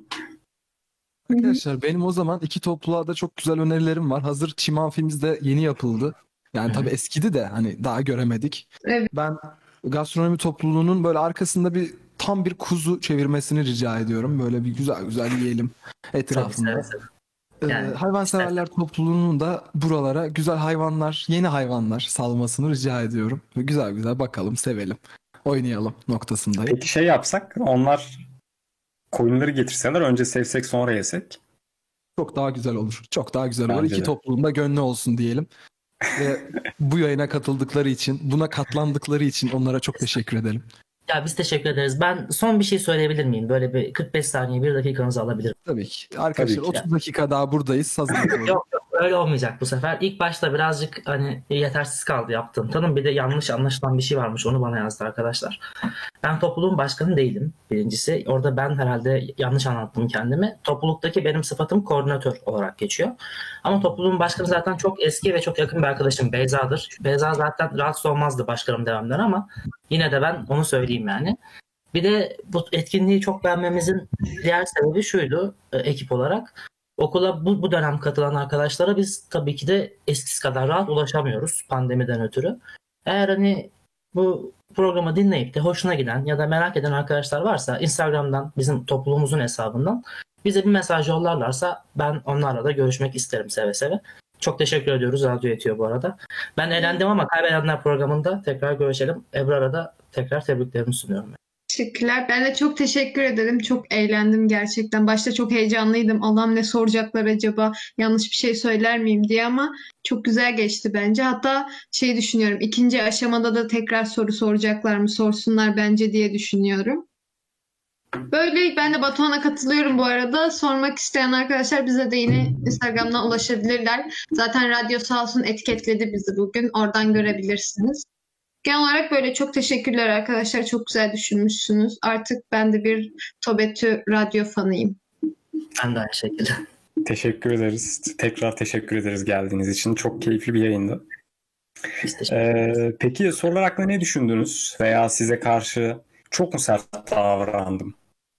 Arkadaşlar benim o zaman iki topluluğa da çok güzel önerilerim var. Hazır Çiman filmimiz de yeni yapıldı. Yani tabii eskidi de hani daha göremedik. Evet. Ben gastronomi topluluğunun böyle arkasında bir tam bir kuzu çevirmesini rica ediyorum. Böyle bir güzel güzel yiyelim etrafında. Tabii, seve seve. Ee, Yani hayvanseverler topluluğunun da buralara güzel hayvanlar, yeni hayvanlar salmasını rica ediyorum. Ve güzel güzel bakalım, sevelim, oynayalım noktasındayım. Peki şey yapsak onlar koyunları getirseler önce sevsek sonra yesek. Çok daha güzel olur. Çok daha güzel olur. Bence İki de. topluluğun da gönlü olsun diyelim. Ve bu yayına katıldıkları için, buna katlandıkları için onlara çok teşekkür edelim. Ya biz teşekkür ederiz. Ben son bir şey söyleyebilir miyim? Böyle bir kırk beş saniye, bir dakikanızı alabilirim. Tabii ki. Arkadaşlar Tabii ki. otuz dakika daha buradayız. Hazırlıklı olun. Yok yok öyle olmayacak bu sefer. İlk başta birazcık hani yetersiz kaldı yaptığım tanım. Bir de yanlış anlaşılan bir şey varmış. Onu bana yazdı arkadaşlar. Ben topluluğun başkanı değilim birincisi. Orada ben herhalde yanlış anlattım kendimi. Topluluktaki benim sıfatım koordinatör olarak geçiyor. Ama topluluğun başkanı zaten çok eski ve çok yakın bir arkadaşım Beyza'dır. Beyza zaten rahatsız olmazdı başkanım dememden ama yine de ben onu söyleyeyim yani. Bir de bu etkinliği çok beğenmemizin diğer sebebi şuydu e, ekip olarak. Okula bu, bu dönem katılan arkadaşlara biz tabii ki de eskisi kadar rahat ulaşamıyoruz pandemiden ötürü. Eğer hani bu programı dinleyip de hoşuna giden ya da merak eden arkadaşlar varsa Instagram'dan bizim topluluğumuzun hesabından bize bir mesaj yollarlarsa ben onlarla da görüşmek isterim seve seve. Çok teşekkür ediyoruz. Radyo Yetiyor bu arada. Ben eğlendim ama Kaybedenler programında tekrar görüşelim. Ebrar'a da tekrar tebriklerimi sunuyorum. Teşekkürler. Ben de çok teşekkür ederim. Çok eğlendim gerçekten. Başta çok heyecanlıydım. Allah'ım ne soracaklar acaba? Yanlış bir şey söyler miyim diye ama çok güzel geçti bence. Hatta şey düşünüyorum. İkinci aşamada da tekrar soru soracaklar mı? Sorsunlar bence diye düşünüyorum. Böyle ben de Batuhan'a katılıyorum bu arada. Sormak isteyen arkadaşlar bize de yine Instagram'dan ulaşabilirler. Zaten radyo sağ olsun etiketledi bizi bugün. Oradan görebilirsiniz. Genel olarak böyle çok teşekkürler arkadaşlar. Çok güzel düşünmüşsünüz. Artık ben de bir Tobetü radyo fanıyım. Ben de aynı şekilde. Teşekkür ederiz. Tekrar teşekkür ederiz geldiğiniz için. Çok keyifli bir yayındı. Biz teşekkür ederiz. Ee, peki sorular hakkında ne düşündünüz? Veya size karşı çok mu sert davrandım?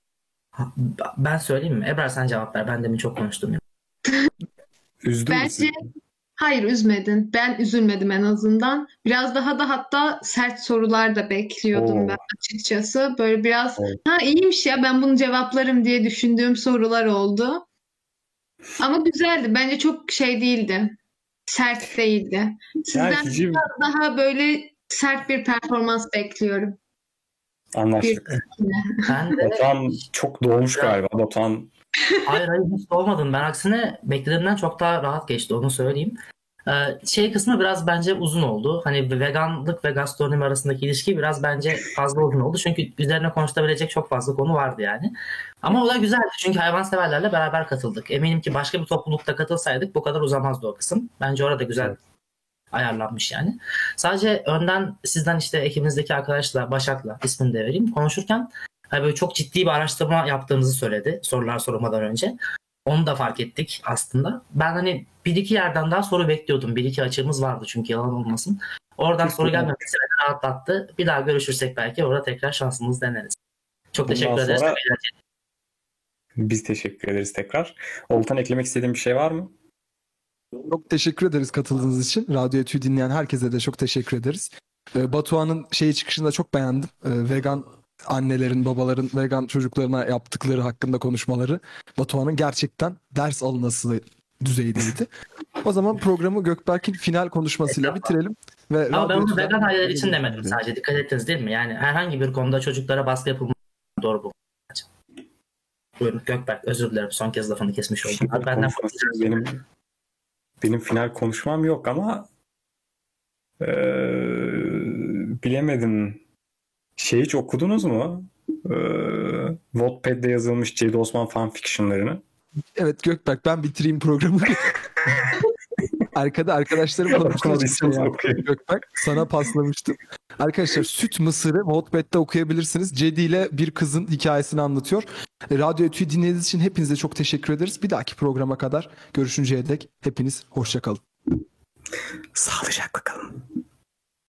Ben söyleyeyim mi? Ebrar sen cevap ver. Ben demin çok konuştum. Ya. Üzdüm mü Bence sizi? hayır, üzmedin. Ben üzülmedim en azından. Biraz daha da hatta sert sorular da bekliyordum Oo. ben açıkçası. Böyle biraz Evet. ha iyiymiş ya, ben bunu cevaplarım diye düşündüğüm sorular oldu. Ama güzeldi. Bence çok şey değildi. Sert değildi. Yani Sizden Hicim, daha böyle sert bir performans bekliyorum. anlaştık. Ben de Batuhan çok doğmuş galiba. Batuhan hayır hayır hiç olmadım. Ben aksine beklediğimden çok daha rahat geçti, onu söyleyeyim. Ee, şey kısmı biraz bence uzun oldu. Hani veganlık ve gastronomi arasındaki ilişki biraz bence fazla uzun oldu. Çünkü üzerine konuşulabilecek çok fazla konu vardı yani. Ama o da güzeldi. Çünkü hayvanseverlerle beraber katıldık. Eminim ki başka bir toplulukta katılsaydık bu kadar uzamazdı o kısım. Bence orada güzel Evet. ayarlanmış yani. Sadece önden sizden işte ekibinizdeki arkadaşla, Başak'la, ismini de vereyim, konuşurken hani böyle çok ciddi bir araştırma yaptığınızı söyledi sorular sormadan önce. Onu da fark ettik aslında. Ben hani bir iki yerden daha soru bekliyordum. Bir iki açığımız vardı çünkü, yalan olmasın. Oradan soru gelmemesi beni rahatlattı. Bir daha görüşürsek belki orada tekrar şansımızı deneriz. Çok Bundan teşekkür ederiz. sonra- biz teşekkür ederiz tekrar. Oltan, eklemek istediğin bir şey var mı? Çok teşekkür ederiz katıldığınız için. Radyo Etü'yü dinleyen herkese de çok teşekkür ederiz. Ee, Batuhan'ın şeyi çıkışını da çok beğendim. Ee, vegan annelerin, babaların vegan çocuklarına yaptıkları hakkında konuşmaları Batuhan'ın gerçekten ders alınası düzeydeydi. O zaman programı Gökberk'in final konuşmasıyla bitirelim. Ve Ama ben Radyo bunu Etü'den- vegan aileler için demedim sadece. Dikkat ettiniz değil mi? Yani herhangi bir konuda çocuklara baskı yapılması doğru bu. Buyurun Gökberk, özür dilerim. Son kez lafını kesmiş oldum. Final Abi benden konuşması benim benim final konuşmam yok ama eee, bilemedim. Şey, hiç okudunuz mu? Eee Wattpad'de yazılmış Cedi Osman fanfictionlarını. Evet Gökberk, ben bitireyim programı. Arkada arkadaşlarım konuştuğu için şey Okumadıysanız yaptım. okuyun. Gökberk, sana paslamıştım. Arkadaşlar, Süt Mısır'ı Wattpad'de okuyabilirsiniz. Cedi ile bir kızın hikayesini anlatıyor. E, Radyo Etü'yü dinlediğiniz için hepinize çok teşekkür ederiz. Bir dahaki programa kadar görüşünceye dek hepiniz hoşça kalın. Sağlıcakla kalın.